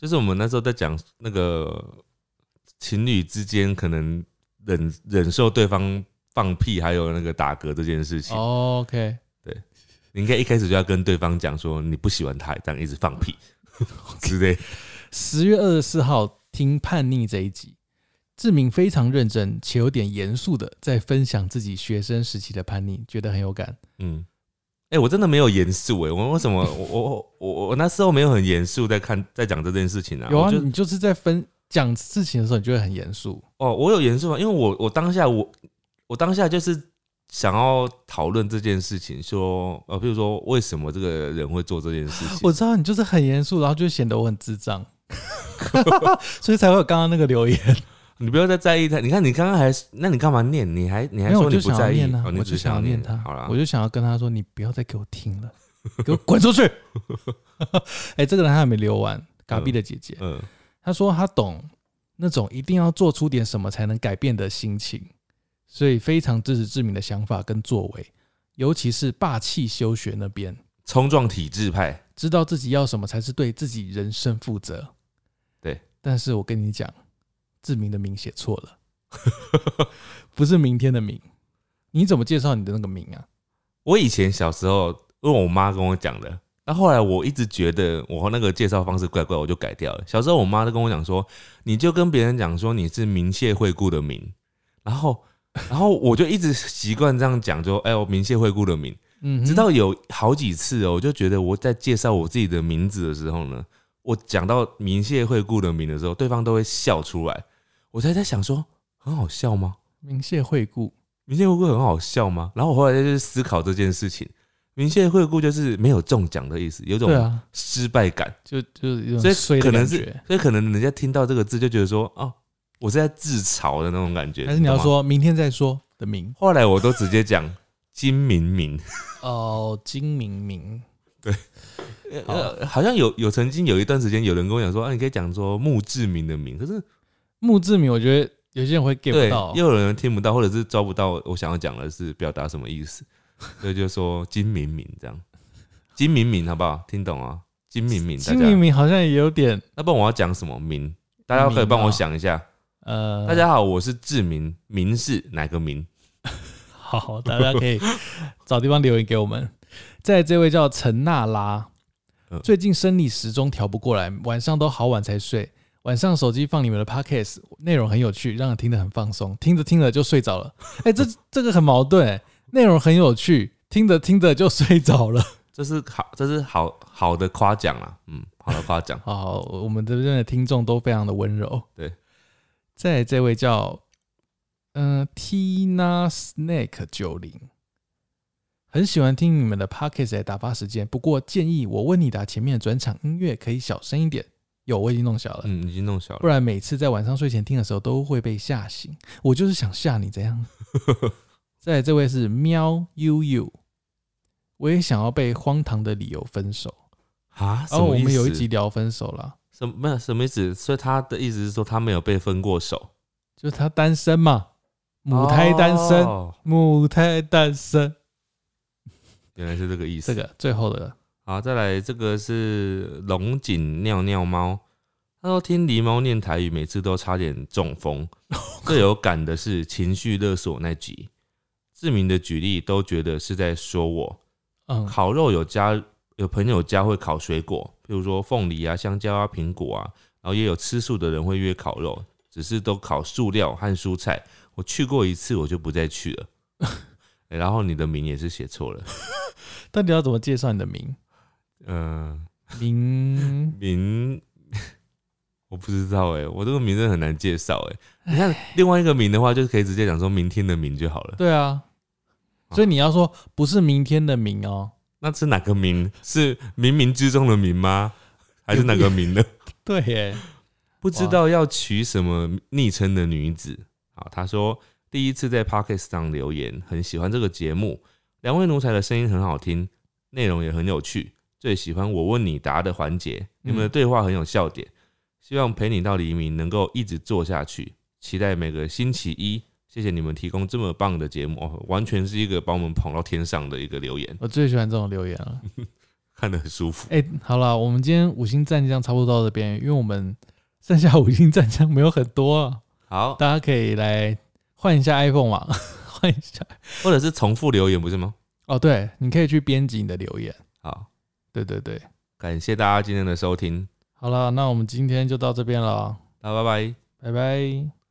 就是我们那时候在讲那个情侣之间可能忍忍受对方放屁还有那个打嗝这件事情。 哦 OK， 对，你应该一开始就要跟对方讲说你不喜欢他这样一直放屁之类。 十月二十四号听叛逆这一集，志明非常认真且有点严肃的在分享自己学生时期的叛逆，觉得很有感。 嗯，哎、欸，我真的没有严肃哎，我为什么我我我我那时候没有很严肃在看在讲这件事情啊？ 有啊， 就你就是在分讲事情的时候，你就会很严肃。 哦，我有严肃啊，因为我我当下我我当下就是想要讨论这件事情，说呃，比如说为什么这个人会做这件事情？ 我知道你就是很严肃，然后就显得我很智障。所以才会有刚刚那个留言。 你不要再在意他。你看，你刚刚还，那你干嘛念？你还你还说你不在意？ 啊、 哦，你我就想要念他。 好了， 我就想要跟他说，你不要再给我听了，给我滚出去！哎、欸，这个人他还没留完。嘎比的姐姐，嗯，嗯他说他懂那种一定要做出点什么才能改变的心情，所以非常支持志明的想法跟作为，尤其是霸气休学那边， 冲撞体制派， 知道自己要什么才是对自己人生负责。 对， 但是我跟你讲，志明的名写错了，不是明天的明。你怎么介绍你的那个名啊？ 我以前小时候，因为我妈跟我讲的，那后来我一直觉得我那个介绍方式怪怪，我就改掉了。小时候我妈都跟我讲说，你就跟别人讲说你是明谢惠顾的明，然后，然后我就一直习惯这样讲，就哎，我明谢惠顾的明。嗯，直到有好几次哦，我就觉得我在介绍我自己的名字的时候呢，我讲到明谢惠顾的明的时候，对方都会笑出来，我才在想说，很好笑吗？ 明谢惠顾， 明谢惠顾很好笑吗？然后我后来就是思考这件事情，明谢惠顾就是没有中奖的意思，有种失败感，啊、 就就是有种衰的感觉，所以可能是， 所以可能人家听到这个字就觉得说，哦，我是在自嘲的那种感觉， 还是你要说明天再说的明？ 后来我都直接讲金明明。 哦，金明明， 对，呃，好像有有曾经有一段时间，有人跟我讲说，啊，你可以讲说墓志铭的铭，可是墓志铭，我觉得有些人会 get 不到， 又有人听不到，或者是抓不到我想要讲的是表达什么意思，所以就说金明明这样，金明明好不好？听懂啊？金明明， 金明明好像也有点， 那不然我要讲什么明？大家可以帮我想一下。呃，大家好，我是志明，明是哪个明？ 好，大家可以找地方留言给我们。再来这位叫陈娜拉，最近生理时钟调不过来，晚上都好晚才睡。晚上手机放你们的 podcast， 内容很有趣，让人听得很放松，听着听着就睡着了。哎、欸，这这个很矛盾、欸，内容很有趣，听着听着就睡着了。 这是好，这是好好的夸奖啦，嗯，好的夸奖。 好，我们这边的听众都非常的温柔。 对， 再来这位叫。嗯 ，Tina Snake 九零，很喜欢听你们的 Podcast 来打发时间。不过建议我问你答前面的转场音乐可以小声一点。有，我已经弄小了， 嗯，已经弄小了。 不然每次在晚上睡前听的时候都会被吓醒。我就是想吓你，怎样？再来这位是喵 U U， 我也想要被荒唐的理由分手啊。 然后、哦、我们有一集聊分手了， 什么没有什么意思？所以他的意思是说他没有被分过手， 就是他单身嘛。母胎单身，哦、母胎单身， 原来是这个意思。 这个最后的， 好，再来这个是龙井尿尿猫，他说听狸猫念台语，每次都差点中风。最有感的是情绪勒索那集，志明的举例都觉得是在说我。嗯，烤肉有加有朋友家会烤水果，比如说凤梨啊、香蕉啊、苹果啊，然后也有吃素的人会约烤肉，只是都烤素料和蔬菜。我去过一次，我就不再去了。欸、然后你的名也是写错了， 到底要怎么介绍你的名？ 呃， 名名我不知道哎、欸，我这个名真的很难介绍哎、欸。你看另外一个名的话，就可以直接讲说明天的名就好了。 对啊，所以你要说不是明天的明哦， 那是哪个明？是冥冥之中的冥吗？还是哪个明呢？ 对耶， 不知道要取什么昵称的女子。好，他说第一次在 Podcast 上留言，很喜欢这个节目，两位奴才的声音很好听，内容也很有趣，最喜欢我问你答的环节，你们的对话很有笑点，希望陪你到黎明能够一直做下去，期待每个星期一，谢谢你们提供这么棒的节目、哦、完全是一个把我们捧到天上的一个留言。 我最喜欢这种留言了。 看得很舒服。 哎、欸，好了，我们今天五星战将差不多到这边，因为我们剩下五星战将没有很多啊。 好， 大家可以来换一下 iPhone 嘛，换一下， 或者是重复留言，不是吗？ 哦，对，你可以去编辑你的留言。 好， 对对对， 感谢大家今天的收听。 好了，那我们今天就到这边了， 好，拜拜， 拜拜。